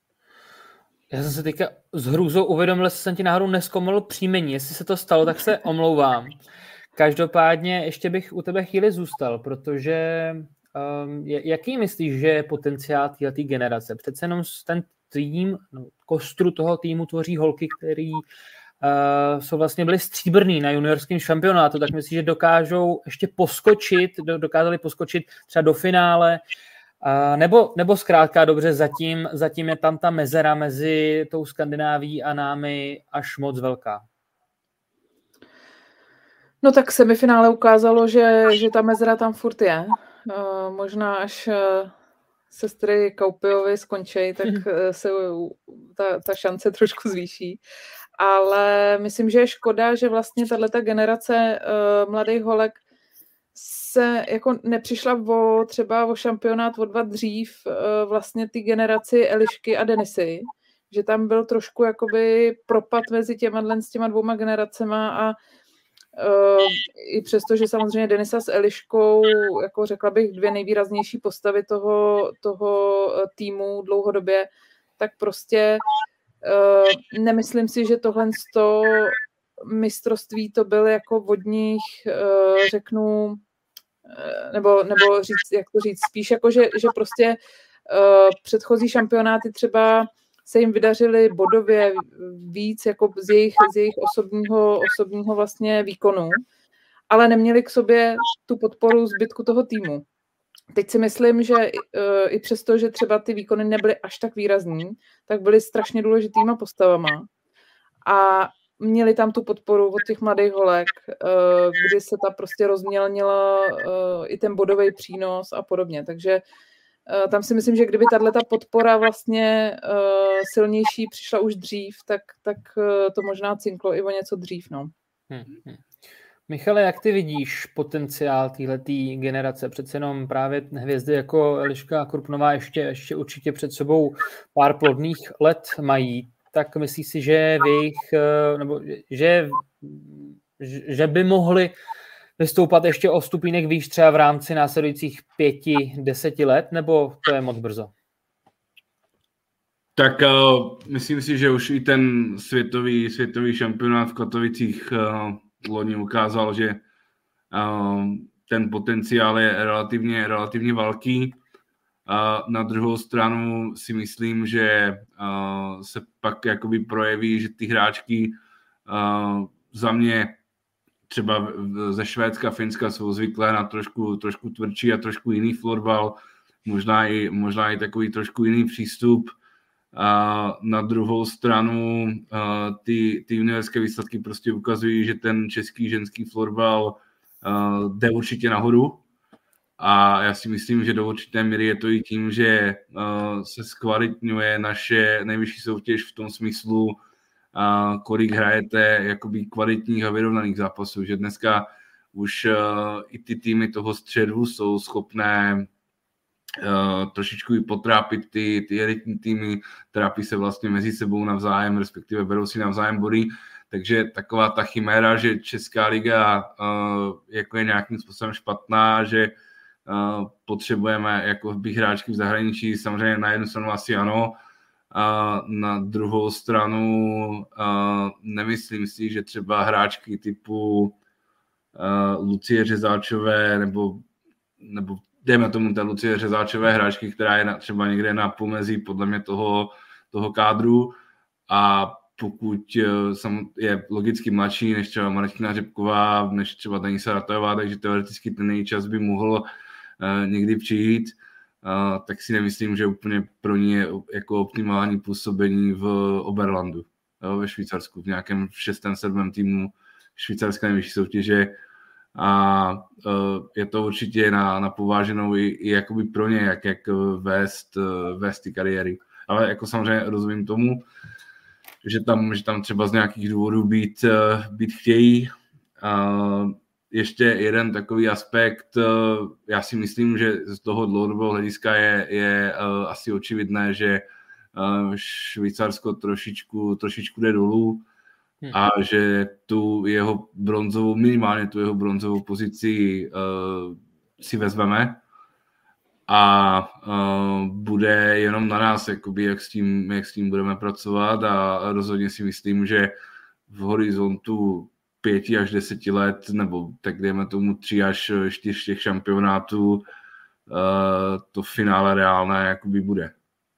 Já jsem se teďka s hrůzou uvědomil, že jsem ti náhodou nezkomolil příjmení. Jestli se to stalo, tak se omlouvám. Každopádně ještě bych u tebe chvíli zůstal, protože jaký myslíš, že je potenciál této generace? Přece jenom ten tým, kostru toho týmu tvoří holky, který jsou vlastně byli stříbrný na juniorském šampionátu, tak myslíš, že dokázali poskočit třeba do finále, nebo zkrátka dobře, zatím je tam ta mezera mezi tou Skandinávií a námi až moc velká? No tak semifinále ukázalo, že ta mezera tam furt je. Možná až sestry Kaupiovi skončí, tak se ta šance trošku zvýší. Ale myslím, že je škoda, že vlastně tato generace mladých holek se jako nepřišla třeba o šampionát o 2 dřív vlastně ty generaci Elišky a Denisy, že tam byl trošku jakoby propad mezi těma 2 generacema a i přesto, že samozřejmě Denisa s Eliškou, jako řekla bych, 2 nejvýraznější postavy toho týmu dlouhodobě, tak prostě nemyslím si, že tohle mistrovství to byl jako od nich, řeknu, nebo říct, jak to říct, spíš jako, že prostě předchozí šampionáty třeba se jim vydařily bodově víc jako z jejich osobního vlastně výkonu, ale neměli k sobě tu podporu zbytku toho týmu. Teď si myslím, že i přesto, že třeba ty výkony nebyly až tak výrazný, tak byly strašně důležitýma postavama a měli tam tu podporu od těch mladých holek, kdy se ta prostě rozmělnila i ten bodový přínos a podobně. Takže tam si myslím, že kdyby tato podpora vlastně silnější přišla už dřív, tak to možná cinklo i o něco dřív. No. Michale, jak ty vidíš potenciál téhletý generace? Přece jenom právě hvězdy jako Eliška Krupnová ještě určitě před sebou pár plodných let mají. Tak myslíš si, že že by mohli vystoupat ještě o stupínek výš třeba v rámci následujících 5-10 let, nebo to je moc brzo? Tak myslím si, že už i ten světový šampionát v Katovicích loni ukázal, že ten potenciál je relativně velký. Na druhou stranu si myslím, že se pak jakoby projeví, že ty hráčky za mě třeba ze Švédska, Finska jsou zvyklé na trošku tvrdší a trošku jiný florbal, možná i takový trošku jiný přístup. A na druhou stranu ty juniorské výsledky prostě ukazují, že ten český ženský florbal jde určitě nahoru. A já si myslím, že do určité míry je to i tím, že se zkvalitňuje naše nejvyšší soutěž v tom smyslu, kolik hrajete jakoby kvalitních a vyrovnaných zápasů, že dneska už i ty týmy toho středu jsou schopné trošičku i potrápit ty elitní týmy, trápí se vlastně mezi sebou navzájem, respektive berou si navzájem body, takže taková ta chiméra, že Česká liga jako je nějakým způsobem špatná, že potřebujeme jako hráčky v zahraničí, samozřejmě na jednu stranu asi ano, a na druhou stranu nemyslím si, že třeba hráčky typu Lucie Řezáčové nebo dejme tomu té Lucie Řezáčové hráčky, která je třeba někde na pomezí podle mě toho kádru a pokud je logicky mladší než třeba Martina Řepková, než třeba Denisa Ratojová, takže teoreticky ten její čas by mohl někdy přijít, tak si nemyslím, že úplně pro ní je jako optimální působení v Oberlandu, ve Švýcarsku, v nějakém 6. 7. týmu švýcarské nejvyšší soutěže a je to určitě na pováženou i jakoby pro ně, jak vést ty kariéry. Ale jako samozřejmě rozumím tomu, že tam třeba z nějakých důvodů být chtějí. Ještě jeden takový aspekt, já si myslím, že z toho dlouhodobého hlediska je asi očividné, že Švýcarsko trošičku jde dolů a že minimálně tu jeho bronzovou pozici si vezmeme. a bude jenom na nás, jakoby, jak s tím budeme pracovat a rozhodně si myslím, že v horizontu 5 až 10 let, nebo tak dejme tomu 3 až 4 těch šampionátů, to finále reálné jakoby bude.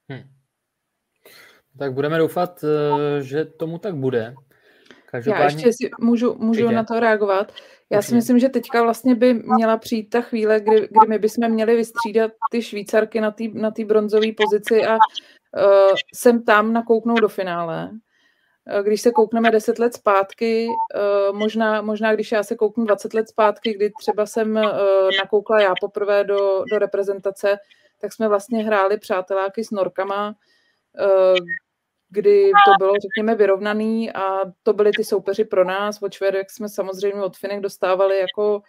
Tak budeme doufat, že tomu tak bude. Já ještě si můžu na to reagovat. Já si myslím, že teďka vlastně by měla přijít ta chvíle, kdy my bychom měli vystřídat ty Švýcarky na té bronzové pozici a sem tam nakouknout do finále. Když se koukneme 10 let zpátky, možná když já se kouknu 20 let zpátky, kdy třeba jsem nakoukla já poprvé do reprezentace, tak jsme vlastně hráli přáteláky s Norkama, kdy to bylo, řekněme, vyrovnaný a to byly ty soupeři pro nás. Od Švédek jsme samozřejmě od Finek dostávali jako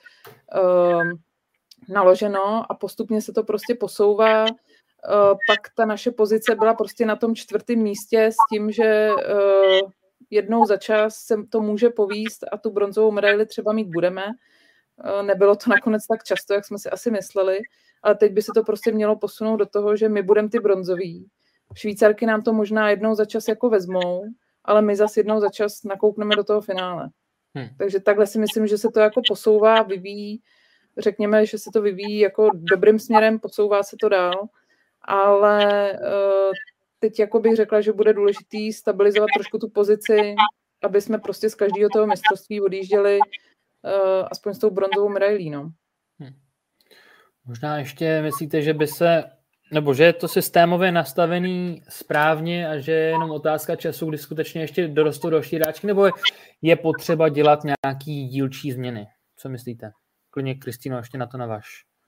naloženo a postupně se to prostě posouvá. Pak ta naše pozice byla prostě na tom 4. místě s tím, že jednou za čas se to může povíst a tu bronzovou medaili třeba mít budeme. Nebylo to nakonec tak často, jak jsme si asi mysleli, ale teď by se to prostě mělo posunout do toho, že my budeme ty bronzoví. Švýcarky nám to možná jednou za čas jako vezmou, ale my zase jednou za čas nakoukneme do toho finále. Takže takhle si myslím, že se to jako posouvá, vyvíjí. Řekněme, že se to vyvíjí jako dobrým směrem, posouvá se to dál, ale teď jako bych řekla, že bude důležitý stabilizovat trošku tu pozici, aby jsme prostě z každého toho mistrovství odjížděli aspoň s tou bronzovou medailí. No. Možná ještě myslíte, že by se nebo že je to systémově nastavený správně a že je jenom otázka času, kdy skutečně ještě dorostou další hráčky, nebo je potřeba dělat nějaký dílčí změny? Co myslíte? Klidně, Kristýno, ještě na to naváž.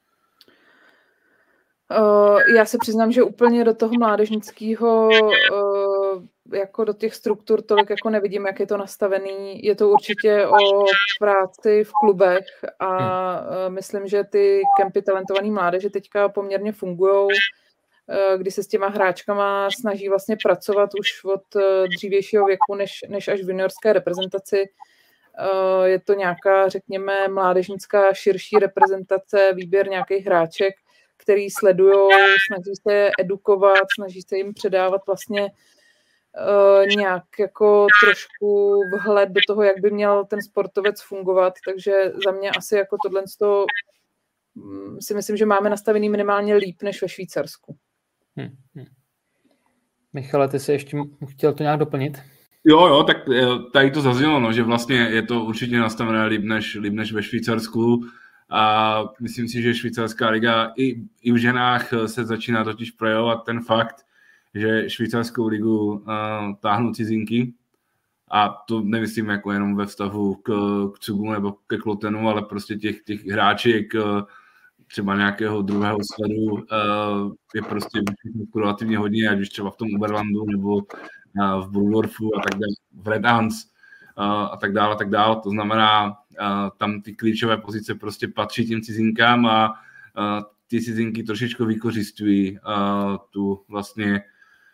Já se přiznám, že úplně do toho mládežnického, jako do těch struktur tolik jako nevidím, jak je to nastavený. Je to určitě o práci v klubech a myslím, že ty kempy talentovaný mládeže teďka poměrně fungujou, kdy se s těma hráčkama snaží vlastně pracovat už od dřívějšího věku, než až v juniorské reprezentaci. Je to nějaká, řekněme, mládežnická širší reprezentace, výběr nějakých hráček, který sledujou, snaží se edukovat, snaží se jim předávat vlastně nějak jako trošku vhled do toho, jak by měl ten sportovec fungovat, takže za mě asi jako tohle si myslím, že máme nastavený minimálně líp než ve Švýcarsku. Michale, ty jsi ještě chtěl to nějak doplnit? Jo, tak tady to zaznělo, no, že vlastně je to určitě nastavené líp než ve Švýcarsku. A myslím si, že švýcarská liga i v ženách se začíná totiž projevovat ten fakt, že švýcarskou ligu táhnou cizinky. A to nemyslím jako jenom ve vztahu k Cugu nebo ke Klotenu, ale prostě těch hráček třeba nějakého druhého sledu je prostě relativně hodně, ať už třeba v tom Uberlandu nebo v Brudorfu a tak dále, v Red Ants a tak dále. To znamená, tam ty klíčové pozice prostě patří těm cizinkám a ty cizinky trošičku vykořistují tu vlastně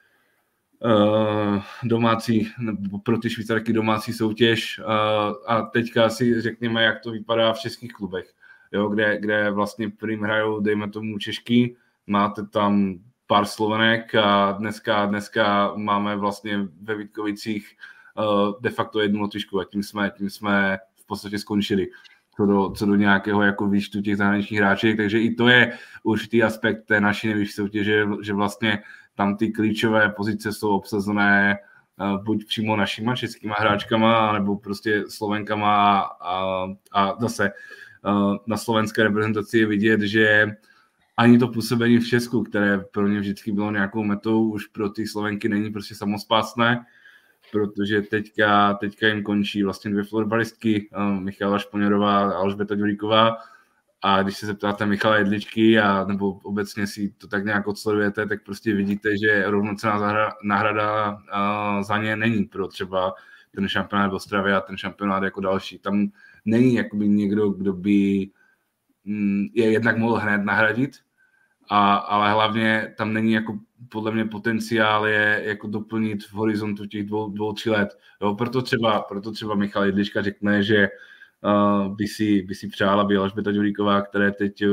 domácí, nebo pro ty Švýcarky domácí soutěž a teďka si řekněme, jak to vypadá v českých klubech, jo, kde vlastně prvním hrajou, dejme tomu Češky, máte tam pár Slovenek a dneska máme vlastně ve Vítkovicích de facto jednu Lotyšku a tím jsme v podstatě skončili co do nějakého jako výčtu těch zahraničních hráček, takže i to je určitý aspekt té naší nejvyšší soutěže, že vlastně tam ty klíčové pozice jsou obsazené buď přímo našima českýma hráčkama, nebo prostě Slovenkama a zase na slovenské reprezentaci je vidět, že ani to působení v Česku, které pro ně vždycky bylo nějakou metou, už pro ty Slovenky není prostě samospásné, protože teďka jim končí vlastně 2 florbalistky, Michala Šponěrová a Alžběta Ďuríková. A když se zeptáte Michala Jedličky a nebo obecně si to tak nějak odsledujete, tak prostě vidíte, že rovnocenná náhrada za ně není pro třeba ten šampionát v Ostravě a ten šampionát jako další. Tam není jakoby někdo, kdo by je jednak mohl hned nahradit, ale hlavně tam není jako podle mě potenciál je jako doplnit v horizontu těch 2-3 let. Jo, proto třeba Michal Jedlička řekne, že by si přála, aby Alžběta Ďuríková, které teď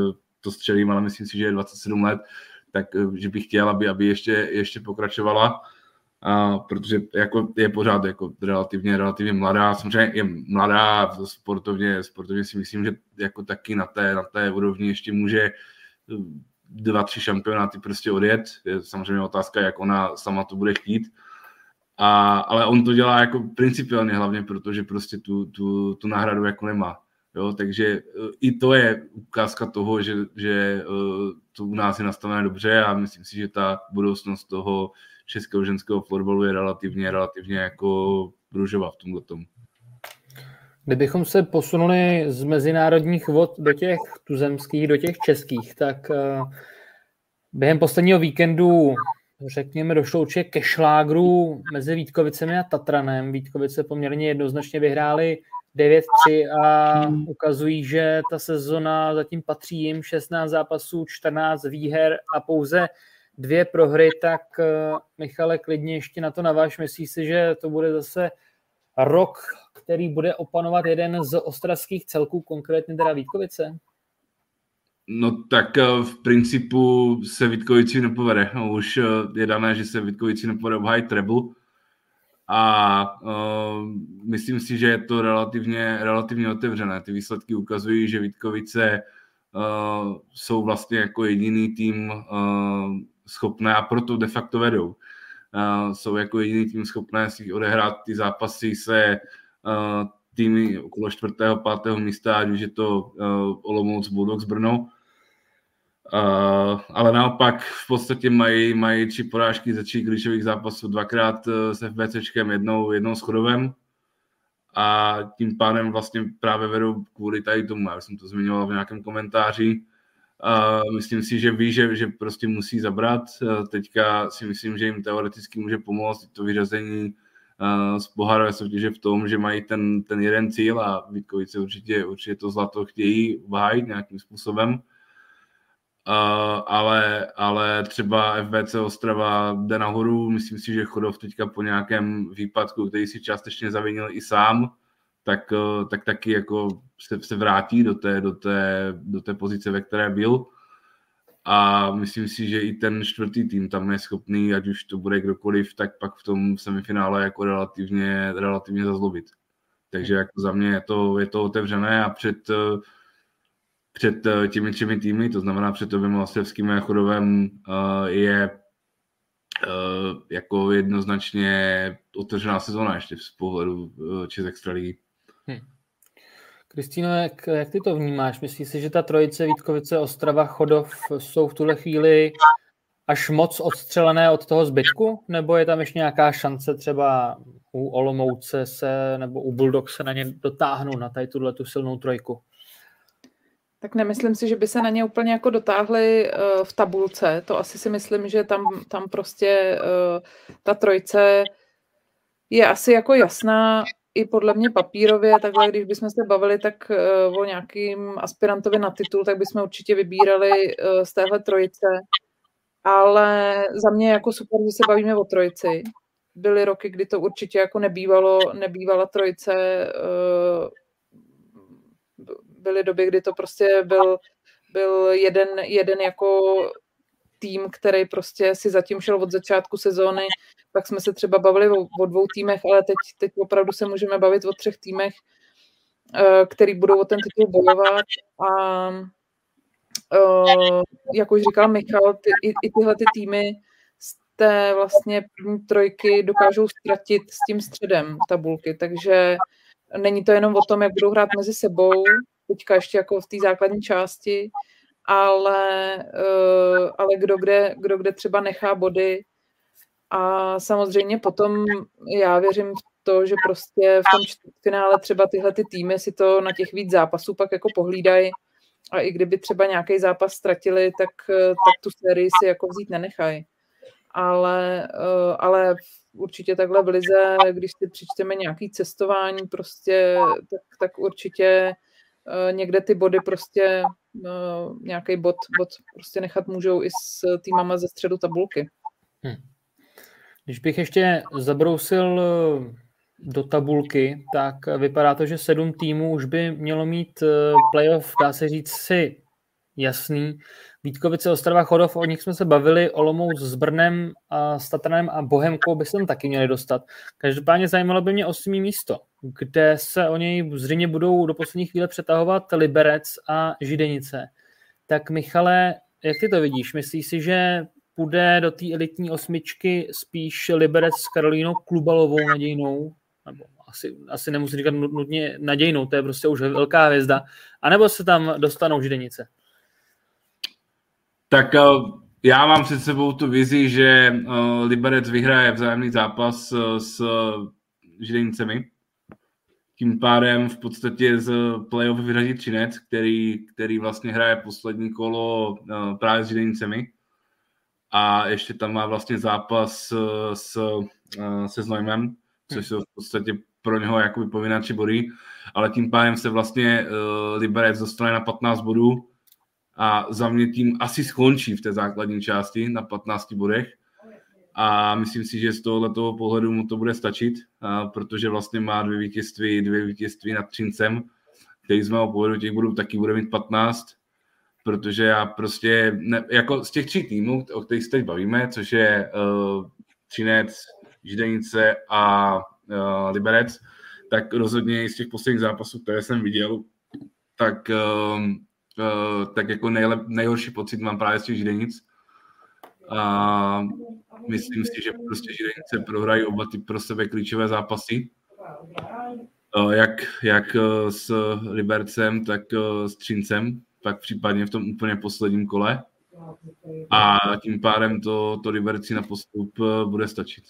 to střelím, ale myslím si, že je 27 let, tak že bych chtěl, aby ještě pokračovala, protože jako je pořád jako relativně mladá, samozřejmě je mladá, sportovně si myslím, že jako taky na té úrovni ještě může 2-3 šampionáty prostě odjet. Je samozřejmě otázka, jak ona sama to bude chtít. Ale on to dělá jako principiálně hlavně, protože prostě tu náhradu jako nemá. Jo? Takže i to je ukázka toho, že to u nás je nastavené dobře a myslím si, že ta budoucnost toho českého ženského florbalu je relativně jako růžová v tomhletom. Kdybychom se posunuli z mezinárodních vod do těch tuzemských, do těch českých, tak během posledního víkendu, řekněme, došlo určitě ke šlágru mezi Vítkovicemi a Tatranem. Vítkovice poměrně jednoznačně vyhrály 9-3 a ukazují, že ta sezona zatím patří jim, 16 zápasů, 14 výher a pouze 2 prohry, tak Michale, klidně ještě na to naváž. Myslíš si, že to bude zase rok, který bude opanovat jeden z ostravských celků, konkrétně teda Vítkovice? No tak v principu se Vítkovici nepovede. No, už je dané, že se Vítkovici nepovede obhájit treble a myslím si, že je to relativně otevřené. Ty výsledky ukazují, že Vítkovice jsou vlastně jako jediný tým schopné a proto de facto vedou. Jsou jako jediný tým schopné si odehrát ty zápasy se týmy okolo 4. 5. místa, ať už je to Olomouc, Bulldogs, Brno. Ale naopak v podstatě mají 3 porážky ze 3 klíčových zápasů, 2krát s FBCčkem, jednou s Chodovem a tím pádem vlastně právě vedou kvůli tady tomu, já jsem to zmiňoval v nějakém komentáři. Myslím si, že ví, že prostě musí zabrat. Teďka si myslím, že jim teoreticky může pomoct to vyřazení z pohárové soutěže v tom, že mají ten jeden cíl a Vítkovice určitě to zlato chtějí obhájit nějakým způsobem. Ale třeba FBC Ostrava jde nahoru. Myslím si, že Chodov teďka po nějakém výpadku, který si částečně zavinil i sám, tak taky jako se vrátí do té pozice, ve které byl. A myslím si, že i ten 4. tým tam je schopný, ať už to bude kdokoliv, tak pak v tom semifinále jako relativně zazlobit. Takže jako za mě je to otevřené a před těmi 3 týmy, to znamená před oběma Ostravským a Chodovem, je jako jednoznačně otevřená sezóna ještě z pohledu České extraligy. Kristýno, jak ty to vnímáš? Myslíš si, že ta trojice Vítkovice, Ostrava, Chodov jsou v tuhle chvíli až moc odstřelené od toho zbytku? Nebo je tam ještě nějaká šance třeba u Olomouce nebo u Bulldogs se na ně dotáhnout na tady tu silnou trojku? Tak nemyslím si, že by se na ně úplně jako dotáhli v tabulce. To asi si myslím, že tam prostě ta trojice je asi jako jasná i podle mě papírově. Takhle, když bychom se bavili tak o nějakým aspirantovi na titul, tak bychom určitě vybírali z téhle trojice. Ale za mě jako super, že se bavíme o trojici. Byly roky, kdy to určitě jako nebývala trojice. Byly doby, kdy to prostě byl jeden jako tým, který prostě si zatím šel od začátku sezóny, pak jsme se třeba bavili o 2 týmech, ale teď opravdu se můžeme bavit o 3 týmech, který budou o ten titul bojovat a jak už říkal Michal, i tyhle ty týmy z té vlastně první trojky dokážou ztratit s tím středem tabulky, takže není to jenom o tom, jak budou hrát mezi sebou, teďka ještě jako v té základní části, ale kdo kde třeba nechá body. A samozřejmě potom já věřím v to, že prostě v tom čtvrtfinále třeba tyhle ty týmy si to na těch víc zápasů pak jako pohlídají a i kdyby třeba nějaký zápas ztratili, tak tu sérii si jako vzít nenechají. Ale určitě takhle v lize, když si přičteme nějaký cestování prostě, tak určitě někde ty body prostě nějaký bod prostě nechat můžou i s týmama ze středu tabulky. Když bych ještě zabrousil do tabulky, tak vypadá to, že 7 týmů už by mělo mít playoff, dá se říct si, jasný. Vítkovice, Ostrava, Chodov, o nich jsme se bavili, Olomouc s Brnem a s Tatranem a Bohemkou by se tam taky měli dostat. Každopádně zajímalo by mě 8. místo, kde se o něj zřejmě budou do poslední chvíle přetahovat Liberec a Židenice. Tak Michale, jak ty to vidíš? Myslíš si, že půjde do té elitní 8 spíš Liberec s Karolínou Klubalovou nadějnou? Nebo asi nemusím říkat nutně nadějnou, to je prostě už velká hvězda. A nebo se tam dostanou Židenice? Tak já mám před sebou tu vizi, že Liberec vyhraje vzájemný zápas s Židenicemi. Tím pádem v podstatě z playoff vyřadí Třinec, který vlastně hraje poslední kolo právě s Židenicemi. A ještě tam má vlastně zápas se Znojmem, což jsou v podstatě pro něho jakoby povinné 3 body. Ale tím pádem se vlastně Liberec dostane na 15 bodů. A za mě tým asi skončí v té základní části na 15 bodech. A myslím si, že z tohoto pohledu mu to bude stačit, protože vlastně má 2 vítězství nad Třincem, který z mého pohledu těch bodů taky bude mít 15, protože já prostě, jako z těch 3 týmů, o kterých se teď bavíme, což je Třinec, Židenice a Liberec, tak rozhodně z těch posledních zápasů, které jsem viděl, tak jako nejhorší pocit mám právě z těch Židenic. A myslím si, že prostě Židenice prohrají oba ty pro sebe klíčové zápasy. Jak s Libercem, tak s Třincem, tak případně v tom úplně posledním kole. A tím pádem to Liberci na postup bude stačit.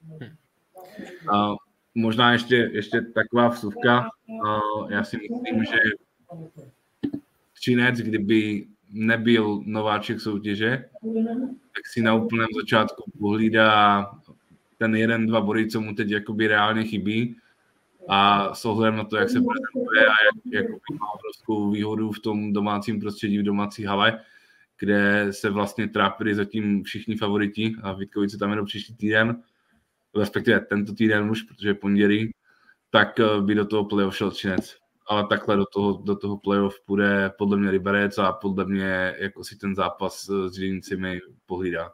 A možná ještě taková vsuvka. Já si myslím, že Třinec, kdyby nebyl nováček soutěže, tak si na úplném začátku pohlídá ten 1-2 body, co mu teď jakoby reálně chybí, a s ohledem na to, jak se prezentuje a jak má obrovskou výhodu v tom domácím prostředí, v domácí hale, kde se vlastně trápili zatím všichni favoriti a Vítkovice tam jedou příští týden, respektive tento týden už, protože je pondělí, tak by do toho playoff šel Třinec. Ale takhle do toho playoff půjde podle mě Liberec a podle mě jako si ten zápas s Židenicemi pohlídá.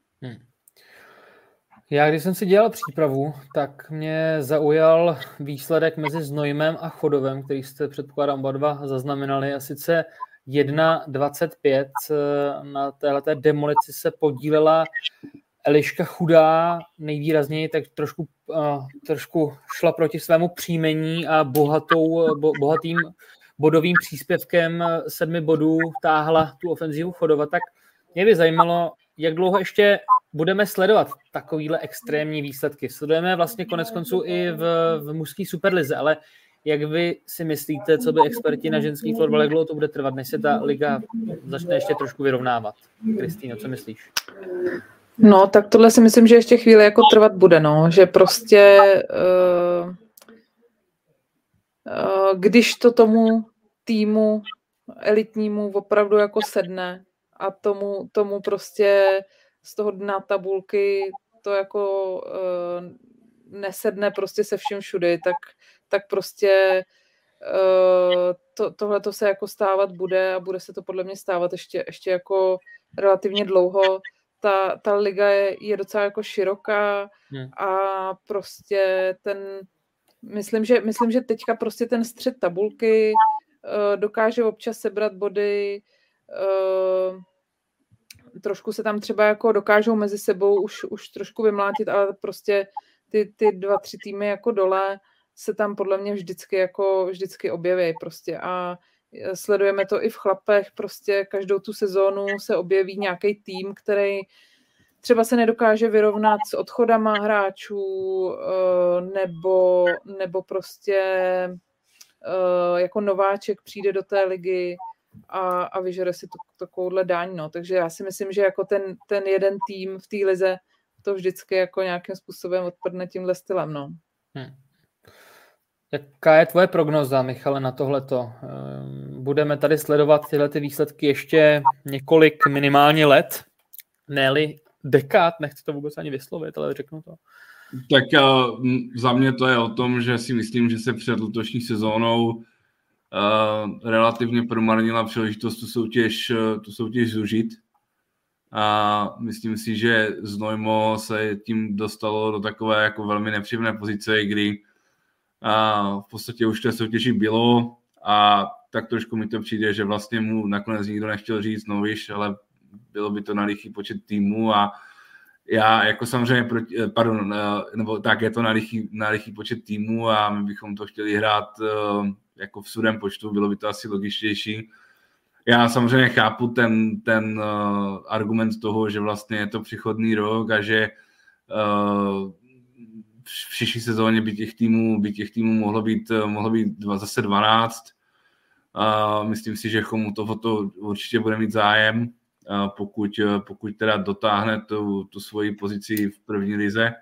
Já když jsem si dělal přípravu, tak mě zaujal výsledek mezi Znojmem a Chodovem, který jste předpokládám oba dva zaznamenali, a sice 1:25. Na téhleté demolici se podílela Eliška Chudá nejvýrazněji, tak trošku šla proti svému příjmení a bohatým bodovým příspěvkem 7 bodů táhla tu ofenzivu Chodova. Tak mě by zajímalo, jak dlouho ještě budeme sledovat takovýhle extrémní výsledky. Sledujeme vlastně konec konců i v mužské superlize, ale jak vy si myslíte, co by experti na ženský florbal, jak dlouho to bude trvat, než se ta liga začne ještě trošku vyrovnávat? Kristýno, co myslíš? No, tak tohle si myslím, že ještě chvíli jako trvat bude, no, že prostě když to tomu týmu elitnímu opravdu jako sedne a tomu prostě z toho dna tabulky to jako nesedne prostě se vším všudy, tak prostě tohle to se jako stávat bude a bude se to podle mě stávat ještě jako relativně dlouho. Ta liga je docela jako široká a prostě myslím, že teďka prostě ten střed tabulky dokáže občas sebrat body, trošku se tam třeba jako dokážou mezi sebou už trošku vymlátit, ale prostě ty 2-3 týmy jako dole se tam podle mě vždycky objeví prostě a sledujeme to i v chlapech, prostě každou tu sezónu se objeví nějaký tým, který třeba se nedokáže vyrovnat s odchodama hráčů nebo prostě jako nováček přijde do té ligy a vyžere si takovouhle daň. No. Takže já si myslím, že jako ten jeden tým v té lize to vždycky jako nějakým způsobem odpadne tímhle stylem. No. Jaká je tvoje prognoza, Michale, na tohleto? Budeme tady sledovat tyhle ty výsledky ještě několik minimálně let, ne-li dekád, nechci to vůbec ani vyslovit, ale řeknu to. Tak za mě to je o tom, že si myslím, že se před letošní sezónou relativně promarnila příležitost tu soutěž zužit. A myslím si, že Znojmo se tím dostalo do takové jako velmi nepříjemné pozice, kdy v podstatě už té soutěži bylo a tak trošku mi to přijde, že vlastně mu nakonec nikdo nechtěl říct, no víš, ale bylo by to na lichý počet týmů a já jako samozřejmě, je to na lichý počet týmů a my bychom to chtěli hrát jako v sudém počtu, bylo by to asi logičtější. Já samozřejmě chápu ten argument toho, že vlastně je to přechodný rok a že v příští sezóně by těch týmů mohlo být zase 12. Myslím si, že Chomu to určitě bude mít zájem, pokud teda dotáhne tu svoji pozici v první lize.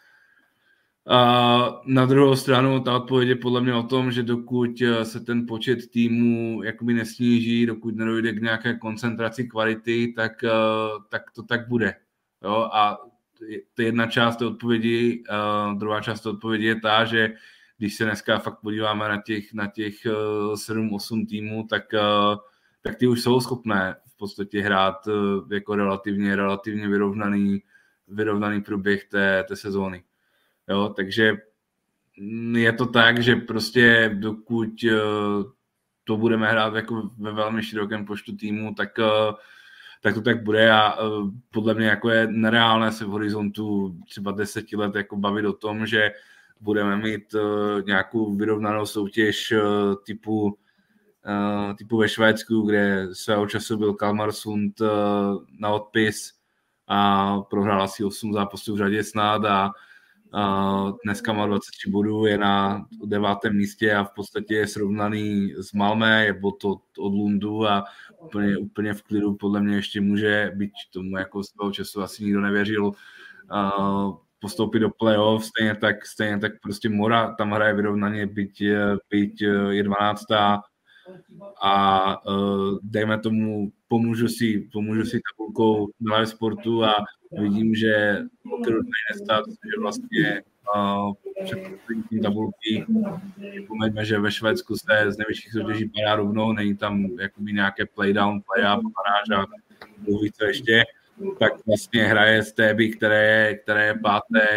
Na druhou stranu ta odpověď je podle mě o tom, že dokud se ten počet týmů jakoby nesníží, dokud nedojde k nějaké koncentraci kvality, tak to tak bude. Jo? A to je jedna část té odpovědi, druhá část té odpovědi je ta, že když se dneska fakt podíváme na těch 7-8 týmů, tak ty už jsou schopné v podstatě hrát jako relativně vyrovnaný průběh té sezóny. Jo, takže je to tak, že prostě dokud to budeme hrát jako ve velmi širokém počtu týmů, tak to tak bude a podle mě jako je nereálné se v horizontu třeba 10 let jako bavit o tom, že budeme mít nějakou vyrovnanou soutěž typu ve Švédsku, kde svého času byl Kalmarsund na odpis a prohrál asi 8 zápasů v řadě snad a dneska má 23 bodů, je na 9. místě a v podstatě je srovnaný s Malmö, je bod od Lundu a úplně v klidu podle mě ještě může, byť tomu jako svého času asi nikdo nevěřil, postoupit do playoff, stejně tak prostě Mora tam hraje vyrovnaně, byť je 12. a dejme tomu, pomůžu si tabulkou na live sportu a vidím, že nestat, že vlastně před tabulky, pomeňme, že ve Švédsku se z nejvyšších soutěží padá rovnou, není tam jakoby nějaké play-down, play-up, baráž a co ještě, tak vlastně hraje z Téby, které je páté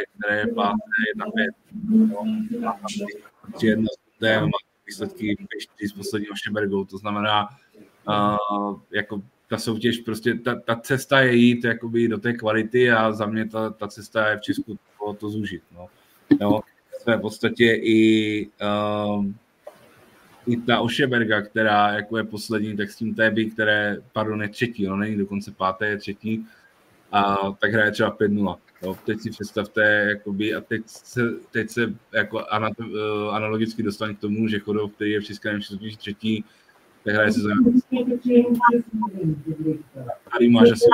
1-5. Má výsledky z posledního Šebergou, to znamená, jako ta soutěž, prostě ta cesta je jít jakoby do té kvality a za mě ta cesta je v Česku to zúžit. No. Jo, v podstatě i ta Ošeberga, která jako je poslední, tak s tím Téby, je třetí, není dokonce páté, je třetí, a tak hraje třeba 5-0. Jo. Teď si představte, jakoby, a teď se jako analogicky dostane k tomu, že Chodov, který je v českém soutěži třetí, tak hraje se zájem. Tady máš asi...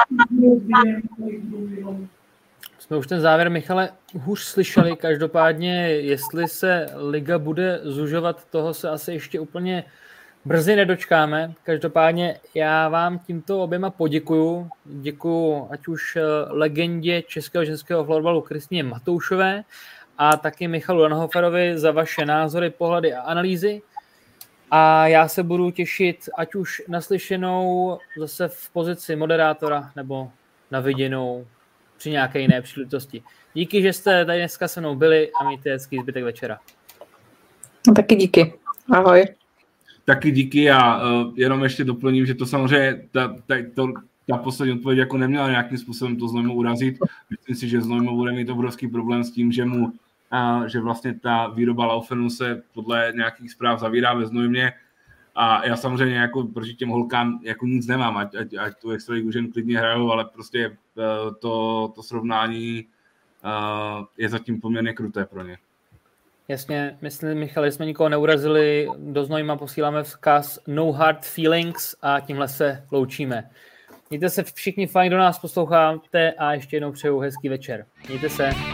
Jsme už ten závěr, Michale, hůř slyšeli. Každopádně, jestli se liga bude zužovat, toho se asi ještě úplně brzy nedočkáme. Každopádně já vám tímto oběma poděkuju. Děkuju ať už legendě českého ženského florbalu Kristýně Matoušové a taky Michalu Lanhoferovi za vaše názory, pohledy a analýzy. A já se budu těšit ať už naslyšenou zase v pozici moderátora nebo na viděnou při nějaké jiné příležitosti. Díky, že jste tady dneska se mnou byli a mějte hezký zbytek večera. No, taky díky. Ahoj. Taky díky a jenom ještě doplním, že to samozřejmě ta poslední odpověď jako neměla nějakým způsobem to Znojmo urazit. Myslím si, že Znojmo bude mít obrovský problém s tím, že vlastně ta výroba Laufenu se podle nějakých zpráv zavírá ve Znojmě a já samozřejmě jako proti těm holkám jako nic nemám, ať tu extraligu žen klidně hrajou, ale prostě to srovnání je zatím poměrně kruté pro ně. Jasně, myslím, Michale, jsme nikoho neurazili, do Znojma posíláme vzkaz no hard feelings a tímhle se loučíme. Mějte se všichni fajn, kdo nás posloucháte a ještě jednou přeju hezký večer. Mějte se.